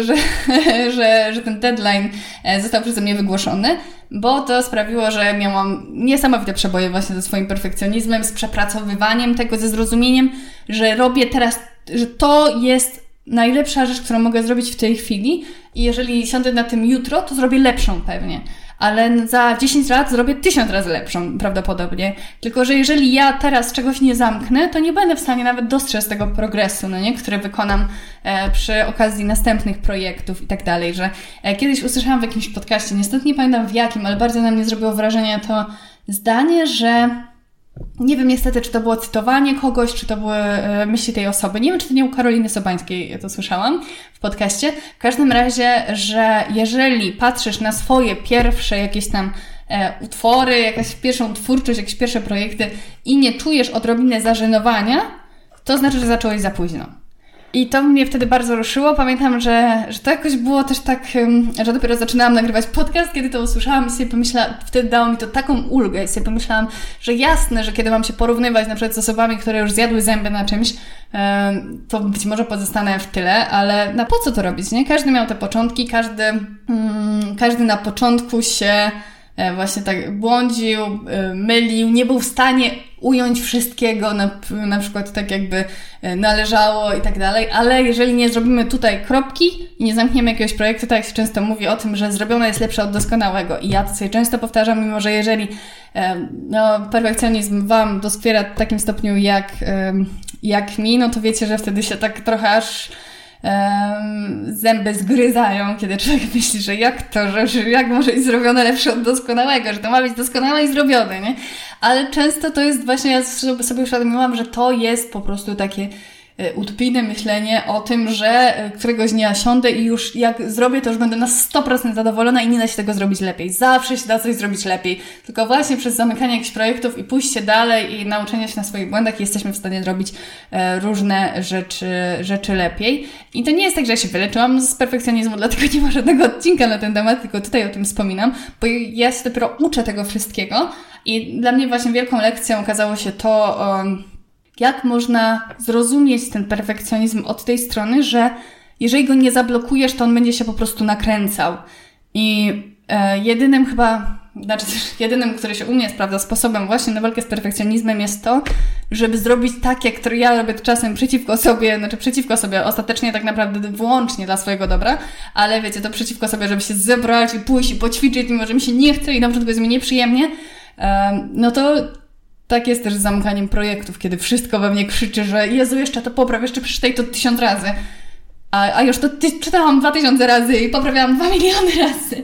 że ten deadline został przeze mnie wygłoszony, bo to sprawiło, że miałam niesamowite przeboje właśnie ze swoim perfekcjonizmem, z przepracowywaniem tego, ze zrozumieniem, że robię teraz, że to jest najlepsza rzecz, którą mogę zrobić w tej chwili i jeżeli siądę na tym jutro, to zrobię lepszą pewnie. Ale za 10 lat zrobię 1000 razy lepszą prawdopodobnie. Tylko, że jeżeli ja teraz czegoś nie zamknę, to nie będę w stanie nawet dostrzec tego progresu, no nie? Który wykonam przy okazji następnych projektów i tak dalej, że kiedyś usłyszałam w jakimś podcaście, niestety nie pamiętam w jakim, ale bardzo na mnie zrobiło wrażenie to zdanie, że nie wiem niestety, czy to było cytowanie kogoś, czy to były myśli tej osoby. Nie wiem, czy to nie u Karoliny Sobańskiej to słyszałam w podcaście. W każdym razie, że jeżeli patrzysz na swoje pierwsze jakieś tam utwory, jakąś pierwszą twórczość, jakieś pierwsze projekty i nie czujesz odrobiny zażenowania, to znaczy, że zacząłeś za późno. I to mnie wtedy bardzo ruszyło. Pamiętam, że to jakoś było też tak, że dopiero zaczynałam nagrywać podcast, kiedy to usłyszałam i sobie pomyślałam, wtedy dało mi to taką ulgę i sobie pomyślałam, że jasne, że kiedy mam się porównywać na przykład z osobami, które już zjadły zęby na czymś, to być może pozostanę w tyle, ale po co to robić, nie? Każdy miał te początki, każdy na początku się właśnie tak błądził, mylił, nie był w stanie ująć wszystkiego, na przykład tak jakby należało i tak dalej, ale jeżeli nie zrobimy tutaj kropki i nie zamkniemy jakiegoś projektu, tak jak się często mówi o tym, że zrobione jest lepsze od doskonałego i ja to sobie często powtarzam, mimo że jeżeli perfekcjonizm Wam doskwiera w takim stopniu jak mi, no to wiecie, że wtedy się tak trochę aż zęby zgryzają, kiedy człowiek myśli, że jak może być zrobione lepsze od doskonałego, że to ma być doskonałe i zrobione, nie? Ale często to jest właśnie, ja sobie uświadomiłam, że to jest po prostu takie utopijne myślenie o tym, że któregoś dnia siądę i już jak zrobię, to już będę na 100% zadowolona i nie da się tego zrobić lepiej. Zawsze się da coś zrobić lepiej. Tylko właśnie przez zamykanie jakichś projektów i pójście dalej i nauczenie się na swoich błędach jesteśmy w stanie zrobić różne rzeczy lepiej. I to nie jest tak, że ja się wyleczyłam z perfekcjonizmu, dlatego nie ma żadnego odcinka na ten temat, tylko tutaj o tym wspominam, bo ja się dopiero uczę tego wszystkiego i dla mnie właśnie wielką lekcją okazało się to, jak można zrozumieć ten perfekcjonizm od tej strony, jeżeli go nie zablokujesz, to on będzie się po prostu nakręcał. I jedynym, który się u mnie sprawdza sposobem właśnie na walkę z perfekcjonizmem jest to, żeby zrobić tak, jak który ja robię czasem przeciwko sobie, ostatecznie tak naprawdę wyłącznie dla swojego dobra, ale wiecie, to przeciwko sobie, żeby się zebrać i pójść i poćwiczyć, mimo że mi się nie chce i na przykład jest mi nieprzyjemnie, no to tak jest też z zamykaniem projektów, kiedy wszystko we mnie krzyczy, że Jezu, jeszcze to popraw, jeszcze przeczytaj to 1000 razy. A już to czytałam 2000 razy i poprawiałam 2 miliony razy.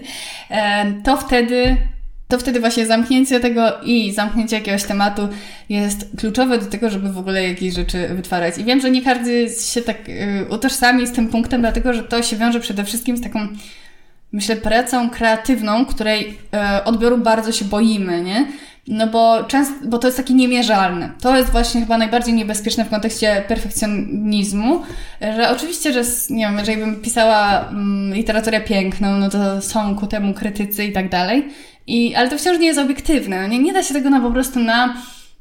To wtedy właśnie zamknięcie tego i zamknięcie jakiegoś tematu jest kluczowe do tego, żeby w ogóle jakieś rzeczy wytwarzać. I wiem, że nie każdy się tak utożsami z tym punktem, dlatego że to się wiąże przede wszystkim z taką, myślę, pracą kreatywną, której odbioru bardzo się boimy, nie? No bo to jest takie niemierzalne. To jest właśnie chyba najbardziej niebezpieczne w kontekście perfekcjonizmu, że oczywiście, że nie wiem, jeżeli bym pisała literaturę piękną, no to są ku temu krytycy i tak dalej, ale to wciąż nie jest obiektywne. Nie da się tego po prostu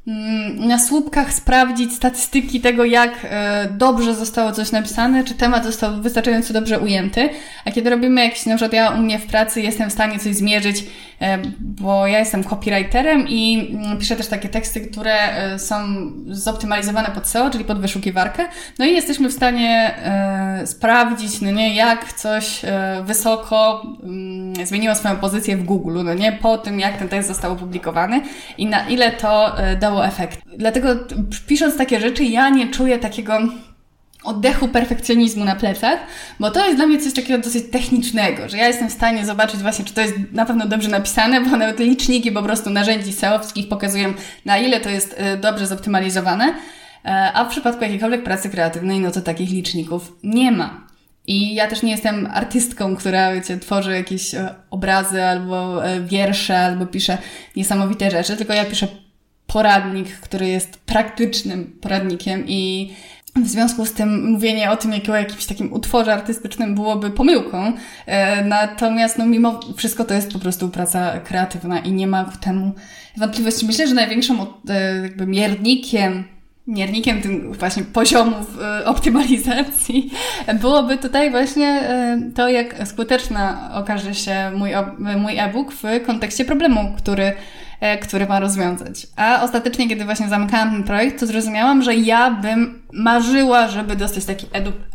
na słupkach sprawdzić statystyki tego, jak dobrze zostało coś napisane, czy temat został wystarczająco dobrze ujęty. A kiedy robimy jakieś, na przykład ja u mnie w pracy jestem w stanie coś zmierzyć, bo ja jestem copywriterem i piszę też takie teksty, które są zoptymalizowane pod SEO, czyli pod wyszukiwarkę. No i jesteśmy w stanie sprawdzić, no nie, jak coś wysoko zmieniło swoją pozycję w Google, no nie, po tym, jak ten tekst został opublikowany i na ile to dało efekt. Dlatego pisząc takie rzeczy, ja nie czuję takiego oddechu perfekcjonizmu na plecach, bo to jest dla mnie coś takiego dosyć technicznego, że ja jestem w stanie zobaczyć właśnie, czy to jest na pewno dobrze napisane, bo nawet liczniki po prostu narzędzi SEO-owskich pokazują, na ile to jest dobrze zoptymalizowane, a w przypadku jakiejkolwiek pracy kreatywnej, no to takich liczników nie ma. I ja też nie jestem artystką, która, wiecie, tworzy jakieś obrazy albo wiersze, albo pisze niesamowite rzeczy, tylko ja piszę poradnik, który jest praktycznym poradnikiem i w związku z tym mówienie o tym o jakimś takim utworze artystycznym byłoby pomyłką. Natomiast no mimo wszystko to jest po prostu praca kreatywna i nie ma ku temu wątpliwości. Myślę, że największym jakby miernikiem tym właśnie poziomów optymalizacji byłoby tutaj właśnie to, jak skuteczna okaże się mój e-book w kontekście problemu, który ma rozwiązać. A ostatecznie, kiedy właśnie zamykałam ten projekt, to zrozumiałam, że ja bym marzyła, żeby dostać taki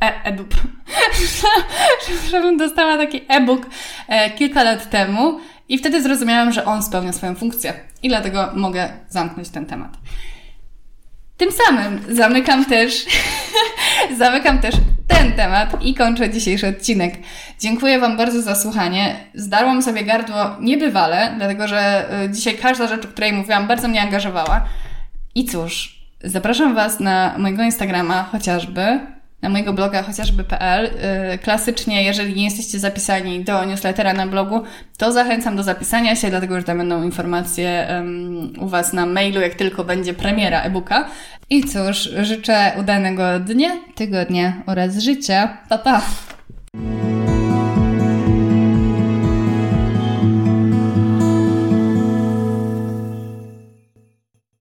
żebym dostała taki e-book kilka lat temu i wtedy zrozumiałam, że on spełnia swoją funkcję i dlatego mogę zamknąć ten temat. Tym samym zamykam też ten temat i kończę dzisiejszy odcinek. Dziękuję Wam bardzo za słuchanie. Zdarłam sobie gardło niebywale, dlatego że dzisiaj każda rzecz, o której mówiłam, bardzo mnie angażowała. I cóż, zapraszam Was na mojego Instagrama chociażby, na mojego bloga chociażby.pl. Klasycznie, jeżeli nie jesteście zapisani do newslettera na blogu, to zachęcam do zapisania się, dlatego że tam będą informacje u Was na mailu, jak tylko będzie premiera e-booka. I cóż, życzę udanego dnia, tygodnia oraz życia. Pa, pa!